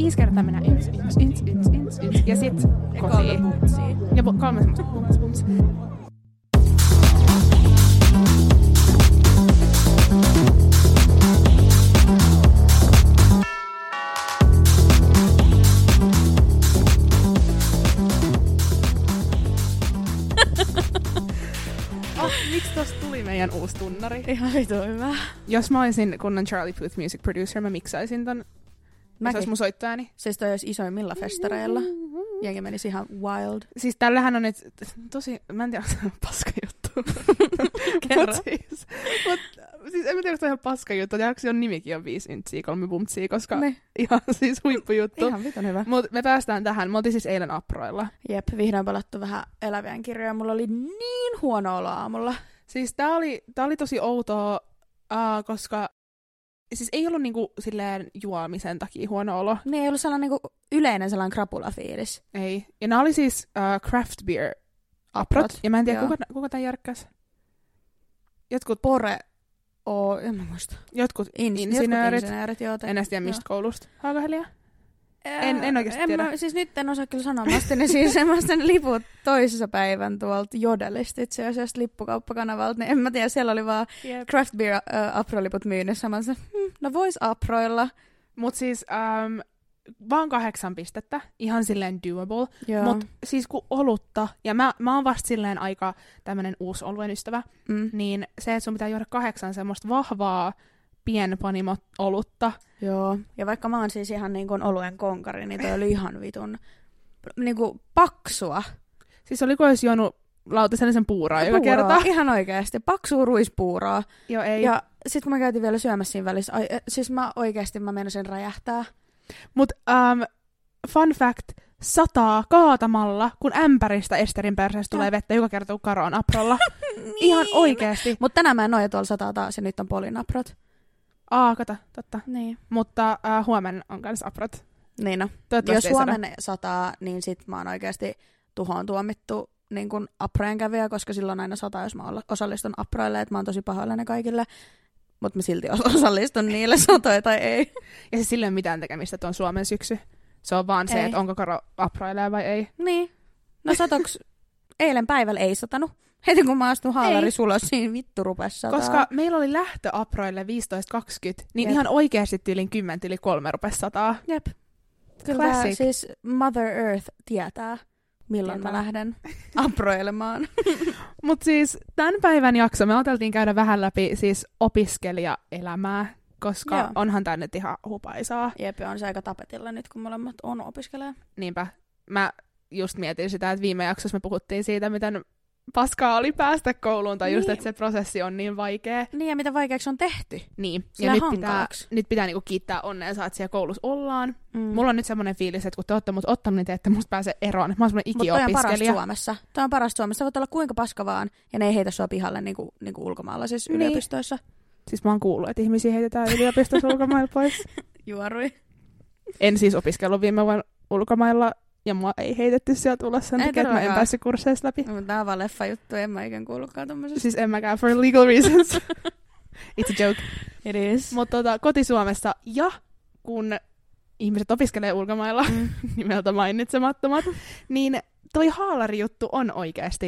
5 kertaa mennä ins, ja sit kotiin. Ja 3 semmoista bumtsia. Miksi tosta tuli meidän uusi tunnari? Ihan vitu hyvä. Jos mä olisin kunnon Charlie Puth Music Producer, mä miksaisin ton. Se olisi mun soittajani. Siis toi olisi isoimmilla festareilla. Jengi menisi ihan wild. Siis tällähän on nyt tosi, mä en tiedä, onko se paska juttu. Kerro. Siis en mä tiedä, onko se ihan paska juttu. Tiedätkö, on nimikin on 5 yntsiä, 3 bumtsia, koska ihan siis huippujuttu. Ihan vitun hyvä. Mut me päästään tähän. Me oltiin siis eilen Aproilla. Jep, vihdoin palattu vähän elävien kirjoja. Mulla oli niin huono olo aamulla. Siis tää oli tosi outoa, koska siis ei ollut niinku silleen juomisen takia huono olo. Ne ei ollut sellainen niinku yleinen sellainen krapulafiilis. Ei. Ja nää oli siis craft beer aprot. Ja mä en tiedä, kuka tän järkkäs. Jotkut en mä muista. Jotkut insinöörit. En edes tiedä mistä koulusta. Haakahelia? En oikeasti tiedä. Siis nyt en osaa kyllä sanoa. Mä ostin ne siis semmoisten liput toisessa päivän tuolta Jodelista itse asiassa lippukauppakanavalta. Niin en mä tiedä, siellä oli vaan craft beer aproliput myynnissä. Mä sanoin, no vois aproilla. Mut siis vaan 8 pistettä. Ihan silleen doable. Mut siis kun olutta, ja mä oon vasta silleen aika tämmönen uusi oluen ystävä, niin se, että sun pitää juoda 8 semmoista vahvaa pienpanimo-olutta. Joo, ja vaikka mä oon siis ihan niin kuin oluen konkari, niin toi oli ihan vitun niin kuin paksua. Siis oliko olisi juonut lautasellisen puuraa joka kerta? Ihan oikeasti. Paksua ruispuuraa. Joo, ei. Ja sit kun mä käytin vielä syömässä siinä välissä, siis mä meinasin räjähtää. Mut fun fact, sataa kaatamalla, kun ämpäristä Esterin perseestä tulee vettä joka kerta, kun Karo on Aprolla. Niin. Ihan oikeesti. Mut tänään mä en noja tuolla sataa taas, ja nyt on Polin-aprot. Kato, totta. Niin. Mutta huomenna on kans aprot. Niin no. Jos huomenna sataa, niin sit mä oon oikeesti tuhoon tuomittu niin kun aprojen kävijä, koska silloin aina sataa, jos mä osallistun aproille, että mä oon tosi pahoillani kaikille. Mutta mä silti osallistun niille, satoja tai ei. Ja siis sillä ei ole mitään tekemistä tuon Suomen syksy. Se on vaan se, että onko Karo aproilee vai ei. Niin. No satoks eilen päivällä ei satanut. Heti kun mä astun haalari ulos, niin vittu rupes sataa. Koska meillä oli lähtö aproille 15.20, niin ihan oikeasti tyylin 10:03 rupes sataa. Jep. Kyllä siis Mother Earth tietää, milloin mä lähden aproilemaan. Mut siis tämän päivän jakso me ajateltiin käydä vähän läpi siis opiskelijaelämää, koska onhan tää nyt ihan hupaisaa. Jep, on se aika tapetilla nyt, kun molemmat on opiskelija. Niinpä. Mä just mietin sitä, että viime jaksossa me puhuttiin siitä, miten paskaa oli päästä kouluun, tai just, että se prosessi on niin vaikea. Niin, ja mitä vaikeaksi on tehty. Niin, ja nyt pitää niinku kiittää onneensa, että siellä koulussa ollaan. Mulla on nyt semmoinen fiilis, että kun te olette mut ottanut, niin te ette musta pääse eroon. Mä oon semmoinen ikiopiskelija. Mutta toi on parasta Suomessa. Sä voit olla kuinka paska vaan, ja ne ei heitä sua pihalle niinku ulkomaalaisissa yliopistoissa. Siis mä oon kuullut, että ihmisiä heitetään yliopistossa ulkomailla pois. Juorui. En siis opiskellut viime vuonna ulkomailla, ja mua ei heitetty sieltä ulos sen takia, että mä en päässyt kursseista läpi. No, tää on vaan leffa juttu, en mä ikään kuullutkaan tommosesta. Siis en mäkään, for legal reasons. It's a joke. It is. Mutta koti-Suomessa, ja kun ihmiset opiskelee ulkomailla, nimeltä mainitsemattomat, niin toi haalari-juttu on oikeasti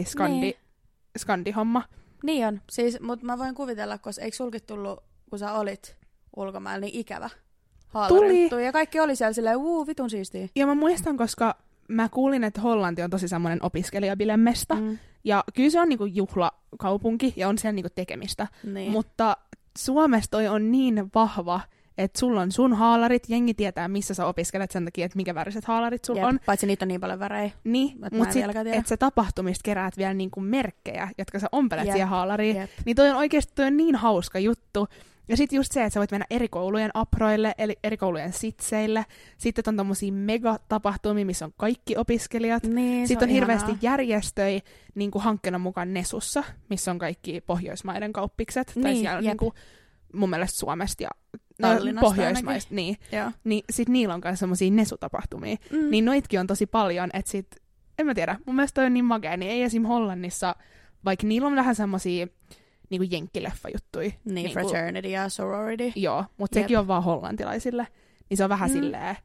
skandihomma. Niin on, siis, mutta mä voin kuvitella, koska eikö sulki tullut, kun sä olit ulkomailla, niin ikävä haalari-juttu. Ja kaikki oli siellä silleen, vitun siistiä. Ja mä muistan, koska mä kuulin, että Hollanti on tosi semmoinen opiskelijabilemesta. Ja kyllä se on niinku juhlakaupunki ja on siellä niinku tekemistä. Niin. Mutta Suomessa toi on niin vahva, että sulla on sun haalarit, jengi tietää, missä sä opiskelet sen takia, että mikä väriset haalarit sulla on. Paitsi niitä on niin paljon värejä. Niin, mutta sitten, että sä tapahtumista keräät vielä niinku merkkejä, jotka sä ompelet siihen haalariin. Niin toi on oikeasti niin hauska juttu. Ja sitten just se, että sä voit mennä eri koulujen aproille, eli eri koulujen sitseille. Sitten on tommosia megatapahtumia, missä on kaikki opiskelijat. Niin, sitten on hirveästi järjestöjä niin kuin hankkeen mukaan Nesussa, missä on kaikki Pohjoismaiden kauppikset. Niin, tai siellä on niin kuin, mun mielestä Suomesta ja Pohjoismaista. Niin sit niillä on myös semmosia Nesu-tapahtumia. Niin noitkin on tosi paljon, että sit, en mä tiedä, mun mielestä toi on niin makea, niin ei esim. Hollannissa, vaikka niillä on vähän semmosia niinku jenkkileffa-juttui. Niin, fraternity ja sorority. Joo, mutta sekin on vaan hollantilaisille. Niin se on vähän silleen,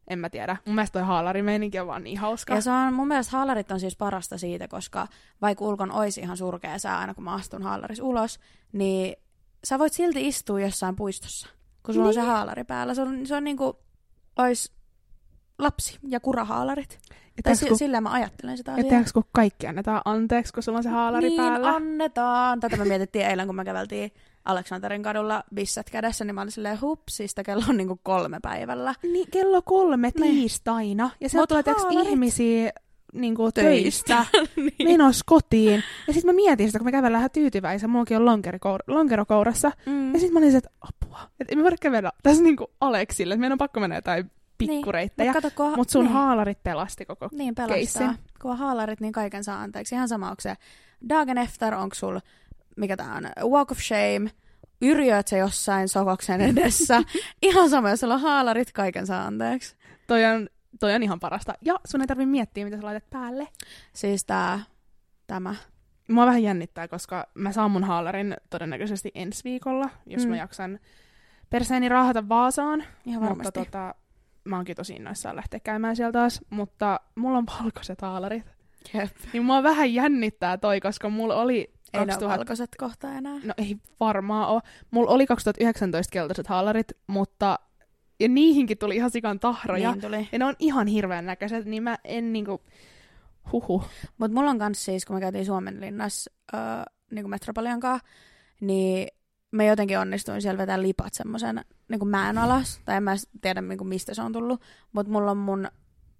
en mä tiedä. Mun mielestä toi haalarimeininki on vaan niin hauska. Ja se on, mun mielestä haalarit on siis parasta siitä, koska vaikka ulkon olisi ihan surkea sää aina kun mä astun haalaris ulos, niin sä voit silti istua jossain puistossa, kun sulla on se haalari päällä. Se on niinku ois lapsi- ja kurahaalarit. Sillä mä ajattelen sitä asiaa. Ja tiedätkö, kun kaikki annetaan anteeksi, kun sulla on se haalari päällä? Niin, annetaan. Tätä me mietittiin eilen, kun me käveltiin Aleksanterin kadulla bissat kädessä, niin mä olin silleen hupsista, kello on niinku 3 päivällä. Niin, kello 3 tiistaina. Ja sieltä tulee ihmisiä niinku töistä niin. Menos kotiin. Ja sitten mä mietin sitä, kun me kävellään ihan tyytyväisiä. Mullakin on lonkerokourassa. Ja sitten mä olin että apua. Että emme voida kävellä tässä niinku Aleksille. Että meidän on pakko mennä jotain pikkureittejä. Niin, mutta sun haalarit pelasti koko keissin. Kun on haalarit, niin kaiken saa anteeksi. Ihan sama, onko se dagen efter, onko sul, mikä tää on, walk of shame, yrjöt se jossain sokoksen edessä. Ihan sama, jos sulla on haalarit, kaiken saa anteeksi. Toi on ihan parasta. Ja sun ei tarvitse miettiä, mitä sä laitat päälle. Siis tämä. Mua vähän jännittää, koska mä saan mun haalarin todennäköisesti ensi viikolla, jos mä jaksan perseeni raahata Vaasaan. Ihan varmasti. Mutta mä oonkin tosi innoissaan lähteä käymään siellä taas. Mutta mulla on valkoiset haalarit. Jep. Niin mua vähän jännittää toi, koska mulla oli... Ei ne ole valkoiset kohta enää. No ei varmaan ole. Mulla oli 2019 keltaiset haalarit, mutta... Ja niihinkin tuli ihan sikan tahroja. Niin tuli. Ja ne on ihan hirveän näköiset, niin mä en niinku... Mut mulla on kans siis, kun me käytiin Suomenlinnassa niinku Metropolian kanssa, niin mä jotenkin onnistuin siellä vetää lipat semmosen niinku mäen alas. Tai en mä tiedä niinku mistä se on tullut. Mut mulla on mun...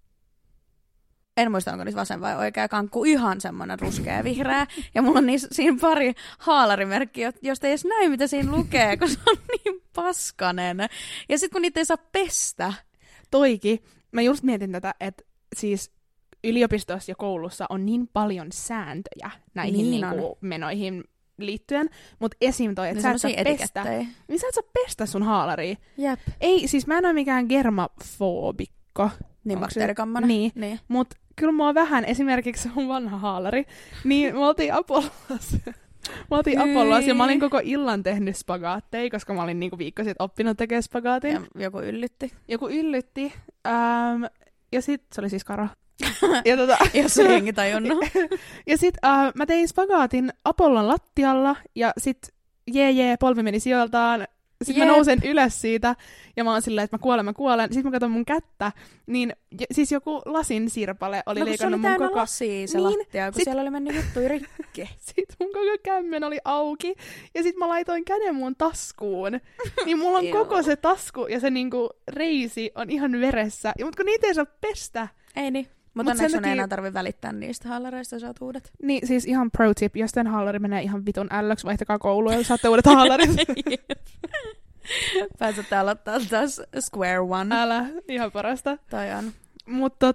En muista, onko niissä vasen vai oikea kankku, ihan semmoinen ruskea vihreä. Ja mulla on siinä pari haalarimerkkiä, josta ei edes näy, mitä siinä lukee, kun se on niin paskanen. Ja sitten kun niitä ei saa pestä. Toikin. Mä just mietin tätä, että siis yliopistossa ja koulussa on niin paljon sääntöjä näihin niinku menoihin liittyen. Mutta esim. Toi, että sä et saa pestä. Niin sä et saa pestä sun haalaria. Jep. Ei, siis mä en ole mikään germafoobikko. Niin, bakteerikammonen. Niin. Mutta kyllä mua vähän, esimerkiksi mun vanha haalari, niin me oltiin Apollossa ja mä olin koko illan tehnyt spagaatteja, koska mä olin niinku viikko sitten oppinut tekemään spagaatin. Ja joku yllytti. Ja sit se oli siis Karo. Jos se hengi tajunnut. Ja sit mä tein spagaatin Apollon lattialla ja sit polvi meni sijoiltaan. Sitten mä nousen ylös siitä, ja mä oon silleen, että mä kuolen. Sitten mä katson mun kättä, niin siis joku lasin sirpale oli leikannut mun koko... No kun se oli täynnä lasia se lattia, kun siellä oli mennyt juttuja rikki. Sitten mun koko kämmen oli auki, ja sitten mä laitoin käden mun taskuun. Niin mulla on koko se tasku, ja se niinku reisi on ihan veressä. Mutta kun niitä ei saa pestä. Ei niin. Mutta onneksi sun ei enää tarvitse välittää niistä haalareista, saat uudet. Niin, siis ihan pro tip, jos tämän haalari menee ihan vitun ällöksi, vaihtakaa kouluun ja saatte uudet haalarit. Pääsette aloittaa taas square one. Älä, ihan parasta. Toi on. Mutta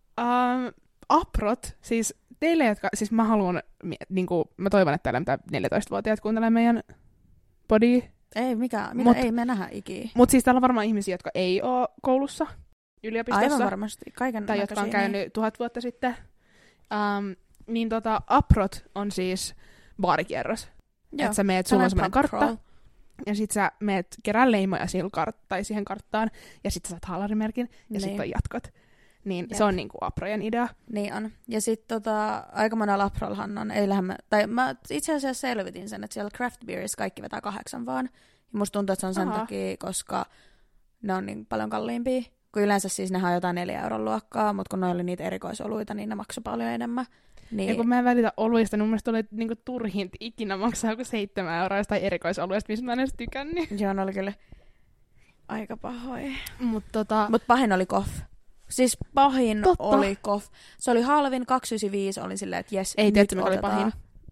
aprot, siis teille, jotka, siis mä haluan, niinku, mä toivon, että täällä mitä 14-vuotiaat kuuntelee meidän podia. Ei, ei me nähdä ikiä. Mutta siis täällä on varmaan ihmisiä, jotka ei ole koulussa. Yliopistossa. Aivan varmasti. Tai jotka on käynyt 1000 vuotta sitten. Niin aprot on siis baarikierros. Että sä meet, sulla on semmoinen kartta. Ja sit sä meet kerää leimoja siihen karttaan. Ja sit sä saat haalarimerkin. Ja sit on jatkot. Niin se on niinku aprojen idea. Niin on. Ja sit aika monella aprollahan on. Mä itse asiassa selvitin sen, että siellä craft beerissa kaikki vetää 8 vaan. Ja musta tuntuu, että se on sen takia, koska ne on niin paljon kalliimpia. Kun yleensä siis nehän on jotain 4 euron luokkaa, mutta kun ne oli niitä erikoisoluita, niin ne maksoi paljon enemmän. Niin... Ja kun mä en välitä oluista, niin mun mielestä oli niinku turhin ikinä maksaa joku 7 euroa jostain erikoisoluista, missä mä en edes tykännyt. Joo, ne oli kyllä aika pahoja. Mut pahin oli koff. Siis pahin oli koff. Se oli halvin, 2,95, olin silleen, että jes, ei tiedä, mikä oli pahin.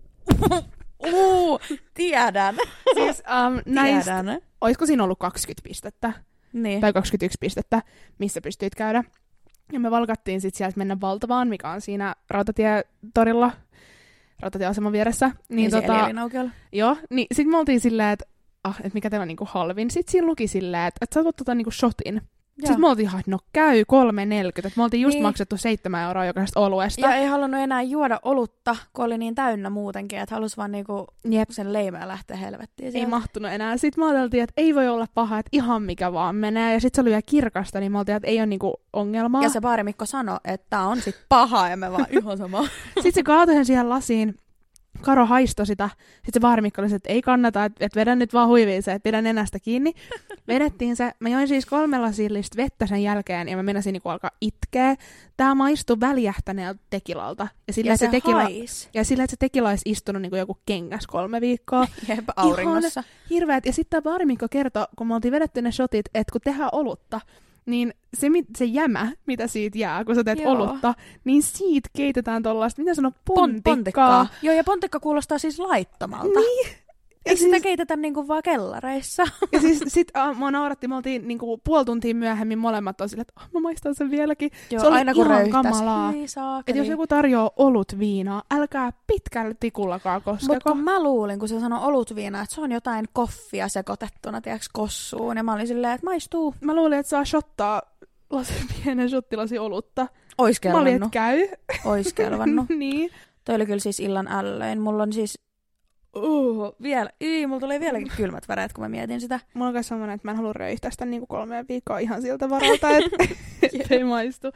Tiedän. Siis näistä, olisiko siinä ollut 20 pistettä? Niin. Tai 21 pistettä, missä pystyit käydä. Ja me valkattiin sitten sieltä mennä Valtavaan, mikä on siinä rautatietorilla, rautatieaseman vieressä. Niin joo, niin sitten me oltiin silleen, että mikä tämä on niinku halvin. Sitten siinä luki silleen, että sä voit niinku shotin. Sitten me oltiin ihan, että no käy 3,40. Että me oltiin just maksettu 7 € jokaisesta oluesta. Ja ei halunnut enää juoda olutta, kun oli niin täynnä muutenkin, että halusi vaan niinku sen leimää lähteä helvettiin. Ei mahtunut enää. Sitten me ajateltiin, että ei voi olla paha, että ihan mikä vaan menee. Ja sitten se oli vielä kirkasta, niin me oltiin, että ei ole niinku ongelmaa. Ja se baarimikko sanoi, että tää on sit paha, ja me vaan ihan sama. Sitten se kaatoi sen siihen lasiin. Karo haistoi sitä. Sitten se baarimikko oli se, että ei kannata, että vedän nyt vaan huiviin se, että pidän nenästä kiinni. Vedettiin se. Mä join siis 3 lasillista vettä sen jälkeen ja mä menasin niinku alkaa itkeä. Tää maistui väljähtäneeltä tekilalta. Ja sillä, että se tekila olisi istunut niinku joku kengäs 3 viikkoa. Jep, auringossa. Ihan hirveät. Ja sitten tää baarimikko kertoi, kun me oltiin vedetty ne shotit, että kun tehdään olutta, niin se jämä, mitä siitä jää, kun sä teet olutta, niin siitä keitetään tollaista, mitä sanoo, pontikkaa. Joo, ja pontikka kuulostaa siis laittomalta. Niin. Eikö sitä keitetä niinku vaan kellareissa? Ja siis sit mua nauratti, me oltiin niinku puoli tuntia myöhemmin molemmat on silleen, että mä maistan sen vieläkin. Joo, se oli aina kun ihan kamalaa. Että jos joku tarjoaa olutviinaa, älkää pitkällä tikullakaan koskeko. Mutta kun mä luulin, kun se sanoi olutviinaa, että se on jotain koffia sekoitettuna, tiedäks, kossuun. Ja mä olin silleen, että maistuu. Mä luulin, että saa shottaa pienen shottilasi olutta. Ois kelvannut. Mä olin, että käy. Ois kelvannut. Niin. Toi oli kyllä siis illan ällöin. Mulla on siis mulla tuli vieläkin kylmät väreet, kun mä mietin sitä. Mulla on myös semmoinen, että mä en halua röyhtää sitä niinku 3 viikkoa ihan siltä varalta, että ei maistu.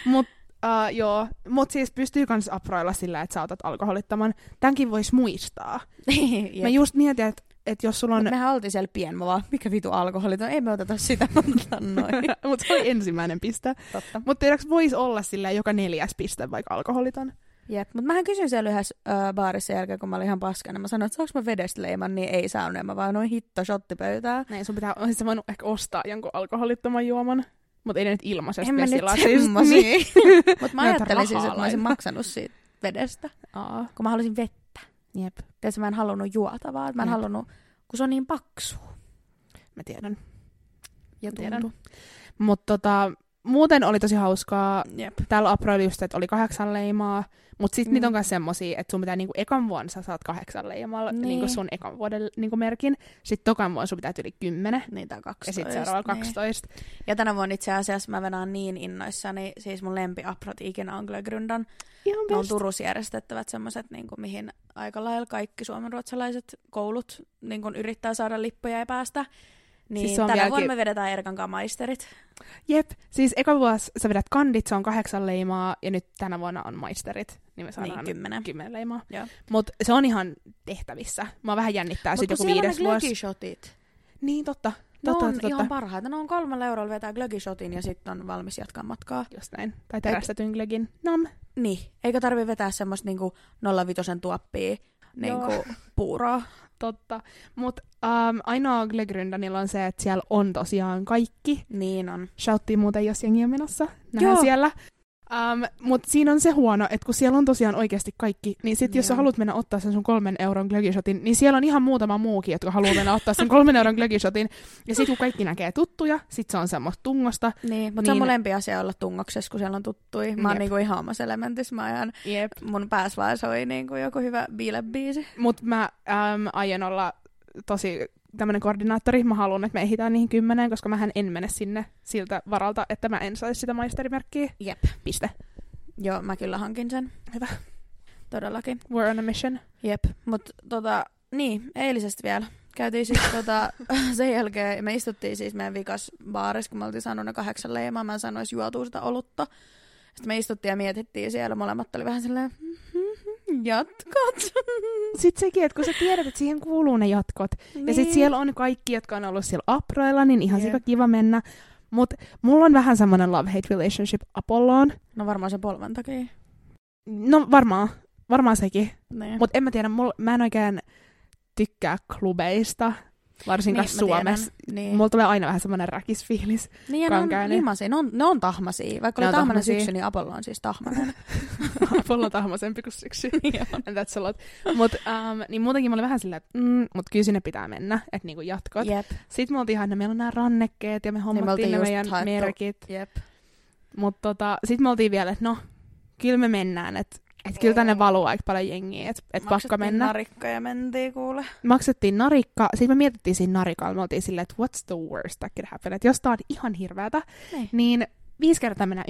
Mut siis pystyy kans aproilla sillä, että sä otat alkoholittoman. Tämänkin vois muistaa. Mä just mietin, että jos sulla on... Mehän oltiin siellä mä vaan, mikä vitu alkoholiton, ei me oteta sitä, mutta noin. Mut se oli ensimmäinen piste. Totta. Mut tiedäks vois olla sillä joka 4. piste vaikka alkoholiton? Jep, mutta mähän kysyin siellä yhdessä baarissa jälkeen, kun mä olin ihan paskana. Mä sanoin, että saanko mä vedestä leiman, niin ei saanut. Mä vaan noin hitto shottipöytää. Näin, sun pitää, olisit sä voinut ehkä ostaa jonkun alkoholittoman juoman. Mutta ei ne nyt ilmaisesti. En mä nyt semmosia. Mutta mä ajattelin siis, että mä olisin maksanut siitä vedestä. Kun mä halusin vettä. Jep. Tiedätkö, mä en halunnut juotavaa. Mä en halunnut, kun se on niin paksu. Mä tiedän. Ja tuntuu. Mutta muuten oli tosi hauskaa. Jep. Täällä Aproilla just, että oli 8 leimaa. Mutta sitten niitä on myös semmosia, että sun pitää niinku ekan vuonna sä saat 8 leimalla niinku sun ekan vuoden niinku merkin. Sitten tokan vuonna sun pitää yli 10. Niitä on 12. Ja sitten seuraavalla 12. Ja tänä vuonna itse asiassa mä venään niin innoissani. Siis mun lempi Aprot ikinä on Glögrundan. Ne on Turussa järjestettävät semmoset, niinku, mihin aika lailla kaikki suomenruotsalaiset koulut niinku, yrittää saada lippuja ja päästä. Niin siis tänä vuonna me vedetään Erkan kanssa maisterit. Jep, siis eka vuosi sä vedät kandit, se on 8 leimaa, ja nyt tänä vuonna on maisterit, niin me saadaan 10 leimaa. Mutta se on ihan tehtävissä. Mä vähän jännittää sit joku 5. vuosi. Mutta siellä on ne glögishotit. Niin, totta. Ne on ihan parhaita. Ne on 3 € vetää glögishotin ja sitten on valmis jatkaa matkaa. Just näin. Tai terästetyn glögin. Nom. Niin. Eikä tarvi vetää semmoista niinku 0,5 tuoppia niinku puuroa. Totta. Mutta ainoa Glögrundanilla on se, että siellä on tosiaan kaikki. Niin on. Shouttiin muuten, jos jengi on menossa. Nähdään siellä. Mutta siinä on se huono, että kun siellä on tosiaan oikeasti kaikki, niin sitten jos sä haluat mennä ottaa sen sun 3 € glögishotin, niin siellä on ihan muutama muukin, jotka haluaa mennä ottaa sen 3 € glögishotin. Ja sitten kun kaikki näkee tuttuja, sitten se on semmoista tungosta. Niin, mutta se on mun lempi asia olla tungoksessa, kun siellä on tuttui. Mä oon niinku ihan omassa elementissä. Mä ajan mun päässä vaan soi niinku joku hyvä biile-biisi. Mutta mä aion olla tosi tämmönen koordinaattori. Mä haluan, että me ehditään niihin 10, koska mähän en mene sinne siltä varalta, että mä en saisi sitä maisterimerkkiä. Jep. Piste. Joo, mä kyllä hankin sen. Hyvä. Todellakin. We're on a mission. Jep, mut niin, eilisestä vielä. Käytiin siis sen jälkeen, me istuttiin siis meidän vikas baarissa, kun me oltiin saanut ne 8 leimaa, mä sanois juotua sitä olutta. Sitten me istuttiin ja mietittiin siellä, molemmat oli vähän silleen, jatkot. Sitten sekin, että kun sä tiedät, että siihen kuuluu ne jatkot. Niin. Ja sitten siellä on kaikki, jotka on ollut siellä Aproilla, niin ihan sika kiva mennä. Mutta mulla on vähän semmoinen love-hate relationship Apolloon. No varmaan se polven takia. No varmaan sekin. Niin. Mutta en mä tiedä, mä en oikein tykkää klubeista. Varsinkaan niin, Suomessa. Niin. Mulla tulee aina vähän semmoinen räkisfiilis. Niin ja ne on limasia, ne on tahmasia. Vaikka oli tahmainen syksy, niin Apollo on siis tahmainen. Apollo on tahmaisempi kuin syksy. And that's a lot. Niin muutenkin mä olin vähän silleen, että mutta kyllä sinne pitää mennä, että niinku jatkot. Jep. Sitten me oltiin ihan, että meillä on nämä rannekkeet ja me hommattiin ne meidän merkit. Jep. Mutta sitten me oltiin vielä, että no, kyllä me mennään, että Että kyllä tänne valuu aika paljon jengiä, että pakko mennä. Narikka ja mentiin kuule. Maksettiin narikka. Sitten me mietittiin siinä narikalla. Me oltiin silleen, että what's the worst that could happen? Että jos tää on ihan hirveätä, niin 5 kertaa mennään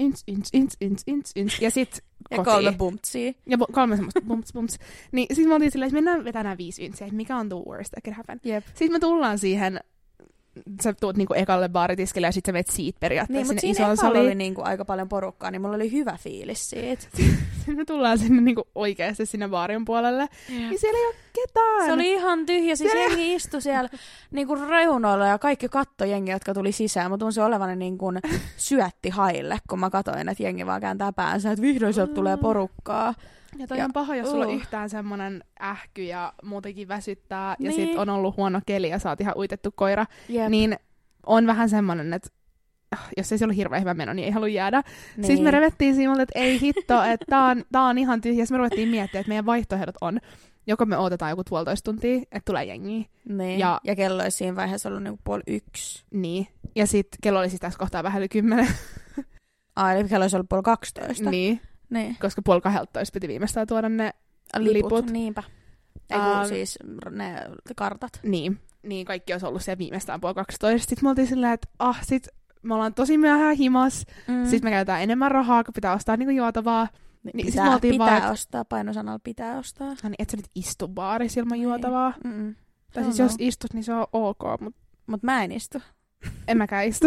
yns. Ja sit ja kotiin. 3 bumpsia. Ja 3 semmoista bumps. Niin sit me oltiin silleen, että mennään vetämään 5 ynsiä. Että mikä on the worst that could happen? Jep. Sitten me tullaan siihen, sä tuut niinku ekalle baaritiskelle ja sit sä vet siitä periaatteessa niin, sinne isoon saliin. Niin, mutta siinä oli aika paljon porukkaa, niin mulla oli hyvä fiilis siitä. Sitten me tullaan sinne niinku oikeasti sinne baarin puolelle. Ja siellä ei ole ketään. Se oli ihan tyhjä. Siis jengi istui siellä niinku reunoilla ja kaikki kattoi jengiä, jotka tuli sisään. Mä tunsin olevan niinku syötti haille, kun mä katsoin, että jengi vaan kääntää päänsä, että vihdoin sieltä tulee porukkaa. Ja toi on paha, jos sulla on yhtään semmonen ähky ja muutenkin väsyttää ja sit on ollut huono keli ja sä oot ihan uitettu koira, niin on vähän semmonen, että jos ei se ollut hirveän hyvä meno, niin ei halua jäädä. Niin. Sitten me revettiin siinä, että ei hitto, että tää on ihan tyhjä. Sitten me ruvettiin miettiä, että meidän vaihtoehdot on, joko me odotetaan joku 1,5 tuntia, että tulee jengiä. Niin. Ja kello olisi siinä vaiheessa ollut niinku 12:30. Niin. Ja sitten kello oli siis tässä kohtaa vähän yli 10. Eli kello olisi ollut 11:30. Niin. Koska 11:30 piti viimeistään tuoda ne liput. Niinpä. Siis ne kartat. Niin, kaikki olisi ollut siellä viimeistään 11:30. Sitten me oltiin silleen, että sit me ollaan tosi myöhään himas. Sitten me käytetään enemmän rahaa, kun pitää ostaa niinku juotavaa. Niin, pitää ostaa, painosanalla pitää ostaa. No niin, et sä nyt istu baarissa ilman juotavaa. Tai siis jos istut, niin se on ok. Mut mä en istu. En mäkään istu.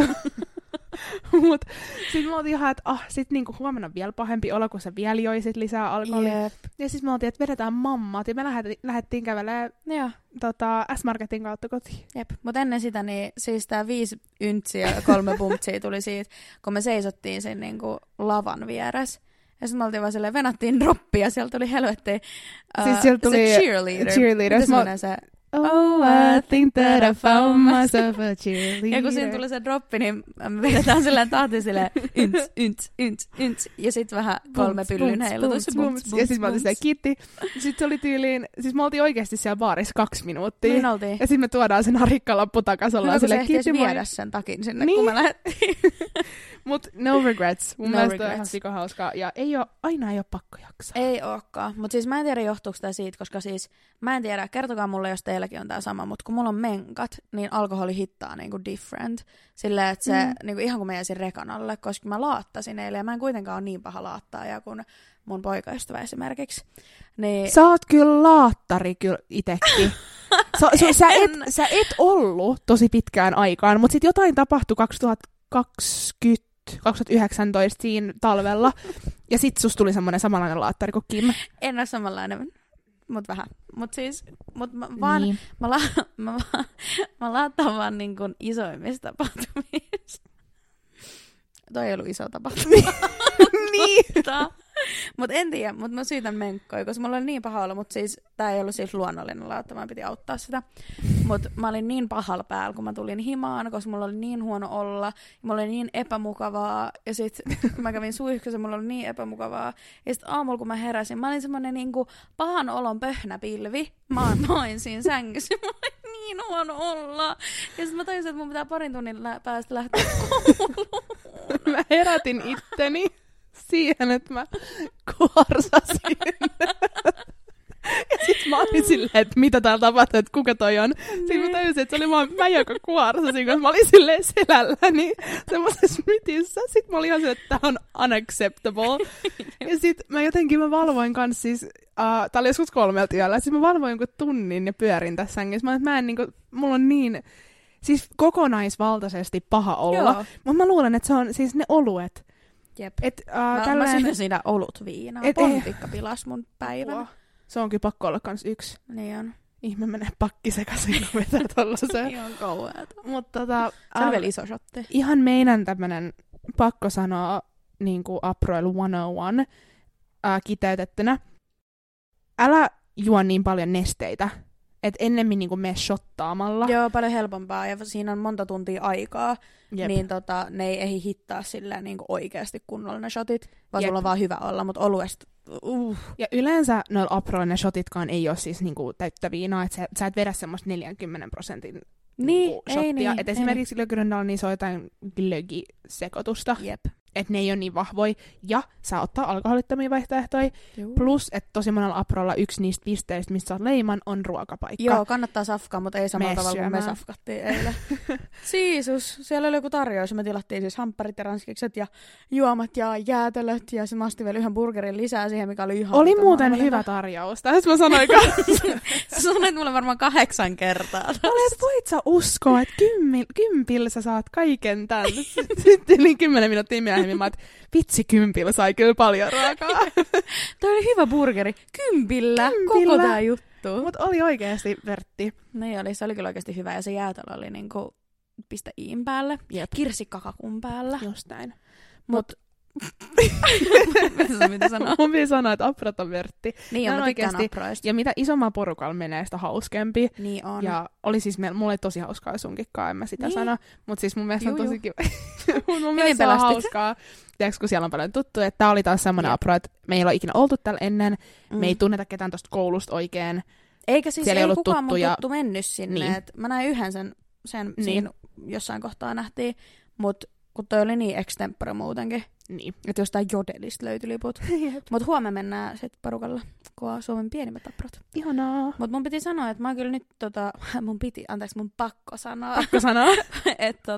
Mut sit me oltiin ihan, että sit niinku huomenna vielä pahempi olo, kun sä vielä joisit lisää alkoholia. Yep. Ja sit me oltiin, että vedetään mammat. Ja me lähdettiin kävelemään S-Marketin kautta kotiin. Jep. Mut ennen sitä, niin siis tää 5 yntsiä ja 3 bumpsia tuli siitä, kun me seisottiin sen niinku lavan vieressä. Ja sitten me oltiin vaan silleen, venattiin droppia, sieltä tuli helvettiin. Siis sieltä tuli cheerleader. Se oh, I think that I found myself a cheerleader. Ja kun siinä tuli se droppi, niin me vedetään silleen tahtiin silleen ynts. Ja sitten vähän 3 pyllyn heilutus. Ja sitten mä oltiin silleen kiitti. Sitten se oli tyyliin, siis me oltiin oikeasti siellä baarissa 2 minuuttia. Niin oltiin. Ja sitten me tuodaan sen harikkalappu takas. Ollaan silleen kiitti. No kun se viedä sen takin sinne, kun me lähdettiin. Mut no regrets. Mun mielestä on ihan sikahauskaa. Ja aina ei ole pakko jaksaa. Ei ookaan. Mut siis mä en tiedä johtuuko sitä siitä, koska siis mä en tiedä, kertokaa mulle, jos teilläkin on tää sama, mut kun mulla on menkat, niin alkoholi hittaa niinku different. Silleen, että se niinku ihan kun mä jäisin rekan alle, koska mä laattasin eilen ja mä en kuitenkaan ole niin paha laattaaja kuin mun poikaystävä esimerkiksi. Niin... Sä oot kyllä laattari kyllä itekin. Sä et ollut tosi pitkään aikaan, mut sit jotain tapahtui 2019 siinä talvella, ja sit sus tuli semmonen samanlainen laattari kuin Kim. En ole samanlainen, mut vähän. Mut siis, niin. mä laattaan vaan niin kuin isoimmista tapahtumista. Toi ei ollut iso tapahtuma. Niin. Mut en tiedä, mut mä syytän menkkoja, koska mulla oli niin paha olla, mut siis tää ei ollut siis luonnollinen laatta, mä piti auttaa sitä. Mut mä olin niin pahalla päällä, kun mä tulin himaan, koska mulla oli niin huono olla, ja mulla oli niin epämukavaa, ja sit mä kävin suihkussa, mulla oli niin epämukavaa, ja sit aamulla kun mä heräsin, mä olin semmonen niinku pahan olon pöhnäpilvi, mä oon siinä sängyssä, mulla oli niin huono olla, ja sit mä tajusin, että mun pitää parin tunnin päästä lähteä kouluun. Mä herätin itteni siihen, että mä kuorsasin. Ja sit mä olin silleen, että mitä täällä tapahtuu, että kuka toi on. Sitten mä tajusin, että se oli vaan mä, joka kuorsasin, koska mä olin silleen selälläni semmoisessa mytissä. Sitten mä olin ihan silleen, että tää on unacceptable. Ja sit mä valvoin kanssa siis, tää oli joskus 3 yöllä, sit mä valvoin jonkun tunnin ja pyörin tässä sängyssä. Mä en niinku, mulla on niin, siis kokonaisvaltaisesti paha olla. Mutta mä luulen, että se on siis ne oluet. Jep. Mä sytän siinä olutviinaa. Pontikka pilas mun päivän. Se on kyllä pakko olla kans 1. Niin on. Ihme menee pakki sekaisin, kun vetää tollasen. Ihan kauheata. Mutta se on vielä iso shotti. Ihan meidän tämmönen, pakko sanoa, niinku Aproil 101 kiteytettynä. Älä juo niin paljon nesteitä. Et ennemmin niinku mene shottaamalla. Joo, paljon helpompaa. Ja siinä on monta tuntia aikaa. Jep. Niin ne ei hittaa silleen niinku oikeasti kunnolla ne shotit. Vaan sulla on vaan hyvä olla, mutta oluesta... Ja yleensä noilla Aproil ne shotitkaan ei ole siis niinku täyttä viinaa. Että sä et vedä semmoista 40% niin, shottia. Niin, et esimerkiksi Glöggröndal, niin se on jotain glögi-sekoitusta. Jep. että ne ei ole niin vahvoja, ja saa ottaa alkoholittomia vaihtoehtoja, plus, että tosi monella aprolla yksi niistä pisteistä, missä on leiman, on ruokapaikka. Joo, kannattaa safkaa, mutta ei samalla tavalla kuin me safkattiin eilen. Siisus, siellä oli joku tarjous, me tilattiin siis hampparit ja ranskikset ja juomat ja jäätelöt, ja se masti vielä yhden burgerin lisää siihen, mikä oli ihan... Oli muuten hyvä tarjous, tässä mä sanoin kanssa. Sä sanoit mulle varmaan 8 kertaa. Oli, että voit sä uskoa, että 10 sä saat kaiken tän. Sitten yli 10 minuuttia myöhemmin mä, että vitsi 10 sai kyllä paljon ruokaa. Toi oli hyvä burgeri. 10 koko tää juttu. Mut oli oikeesti vertti. Niin oli, se oli kyllä oikeesti hyvä ja se jäätelö oli niinku pistä iin päälle. Jep. Kirsikkakakun päällä. Just näin. Mut mitä sanoa? Mun piti sanoa, että aprot on vertti. Niin on, mä tykkään aproista. Ja mitä isomman porukalla menee, sitä hauskempi. Niin on. Ja oli siis, mulla oli tosi hauskaa sunkikaan, en mä sitä sano. Mutta siis mun mielestä on tosi kiva. mun mielestä on hauskaa. Tiedätkö, kun siellä on paljon tuttuja, että tää oli taas semmoinen apro, että me ei ole ikinä oltu täällä ennen. Me ei tunneta ketään tosta koulusta oikein. Eikä siis siellä ei kukaan mun tuttu mennyt sinne. Niin. Mä näin yhden sen niin. Siinä jossain kohtaa nähtiin. Mut kun toi oli niin extempore muutenkin. Niin. Että jostain jodelista löytyi liput. Mut huomenna mennään sit porukalla, kun on Suomen pienimmät aprot. Ihanaa. Mut mun piti sanoa, että mä oon kyllä nyt mun pakko sanoa. Että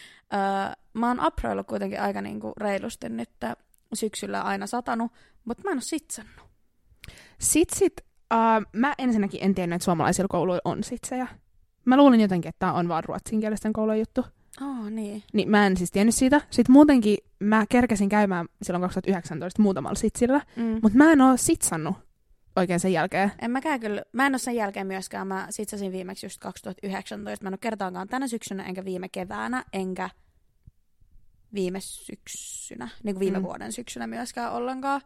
mä oon aproillut kuitenkin aika niinku reilusti nyt syksyllä aina satanut, mutta mä en oo sitsannut. Sitsit, mä ensinnäkin en tiennyt, että suomalaisilla kouluilla on sitsejä. Mä luulin jotenkin, että tää on vaan ruotsinkielisten koulujen juttu. Niin. Niin mä en siis tiennyt siitä. Sitten muutenkin mä kerkäsin käymään silloin 2019 muutamalla sitsillä, mutta mä en oo sitsannut oikein sen jälkeen. Mä en oo sen jälkeen myöskään. Mä sitsasin viimeksi just 2019. Mä en oo kertaakaan tänä syksynä, enkä viime keväänä, enkä viime syksynä, niin kuin viime vuoden syksynä myöskään ollenkaan.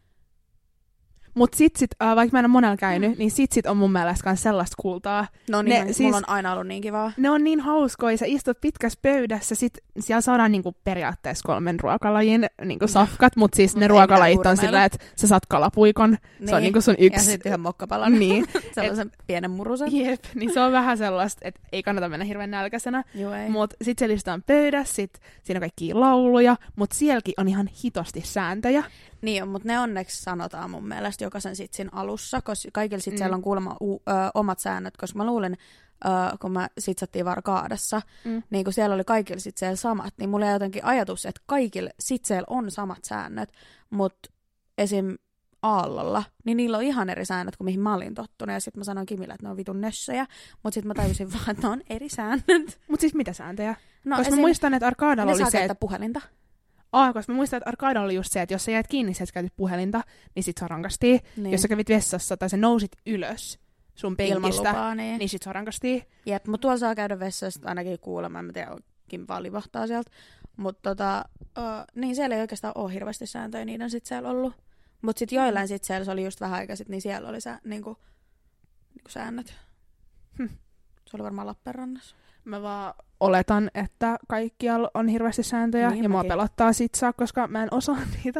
Mut sitsit, vaikka mä en ole monella käynyt, niin sitsit on mun mielestä myös sellaista kultaa. No niin, mulla on aina ollut niin kivaa. Ne on niin hauskoja, sä istut pitkässä pöydässä, sit siellä saadaan niinku periaatteessa 3 ruokalajin niinku safkat, mut siis ne ruokalajit on sillä, että sä saat kalapuikon, niin. Se on niinku sun yksi. Ja sit yhden mokkapalan. Niin. Sellaisen pienen murusen. Jep, niin se on vähän sellaista, että ei kannata mennä hirveän nälkäisenä. Mut sit siellä istutaan pöydässä, sit siinä on kaikkia lauluja, mut sielläkin on ihan hitosti sääntöjä. Niin, mutta ne onneksi sanotaan mun mielestä jokaisen sitsin alussa, koska kaikilla sitseillä on kuulemma omat säännöt, koska mä luulen, kun mä sitsattiin Varkaadassa, niin kun siellä oli kaikilla sitseillä samat, niin mulla jäi jotenkin ajatus, että kaikilla sitseillä on samat säännöt, mutta esim. Aallolla, niin niillä on ihan eri säännöt kuin mihin mä olin tottunut, ja sitten mä sanoin Kimille, että ne on vitun nössöjä, mutta sitten mä tajusin vaan, että ne on eri säännöt. Mutta siis mitä sääntöjä? No, koska mä muistan, että Arkadalla oli se, että puhelinta. Koska mä muistan, että Arkadalla oli just se, että jos sä jäät kiinni, sä käytit puhelinta, niin sit sä rankastiin. Niin. Jos sä kävit vessassa tai sä nousit ylös sun penkistä, niin sit sä rankastiin. Jep, mutta tuolla saa käydä vessassa ainakin kuulemma, en tiedä, Kim vaan livahtaa sieltä. Mutta niin siellä ei oikeastaan ole hirveästi sääntöjä niiden sit siellä ollut. Mutta sitten joillain sit siellä, se oli just vähän aikaa sitten, niin siellä oli se niinku säännöt. Se oli varmaan Lappeenrannassa. Mä vaan oletan, että kaikkialla on hirveästi sääntöjä, niin, ja mua pelottaa sitsaa, koska mä en osaa niitä.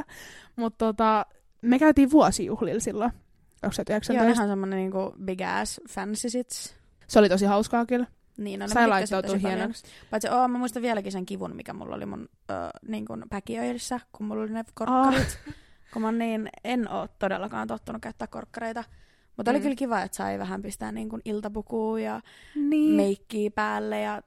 Mutta me käytiin vuosijuhlilla silloin, 2019. Joo, ihan semmonen niinku big ass fancy sits. Se oli tosi hauskaa kyllä. Niin, no, sai laittautua hienoksi. Paitsi mä muistan vieläkin sen kivun, mikä mulla oli mun niin päkiöissä, kun mulla oli ne korkkarit. Kun mä en oo todellakaan tottunut käyttää korkkareita. Mutta oli kyllä kiva, että sai vähän pistää niin kuin iltapukuun ja meikkiä päälle. Ja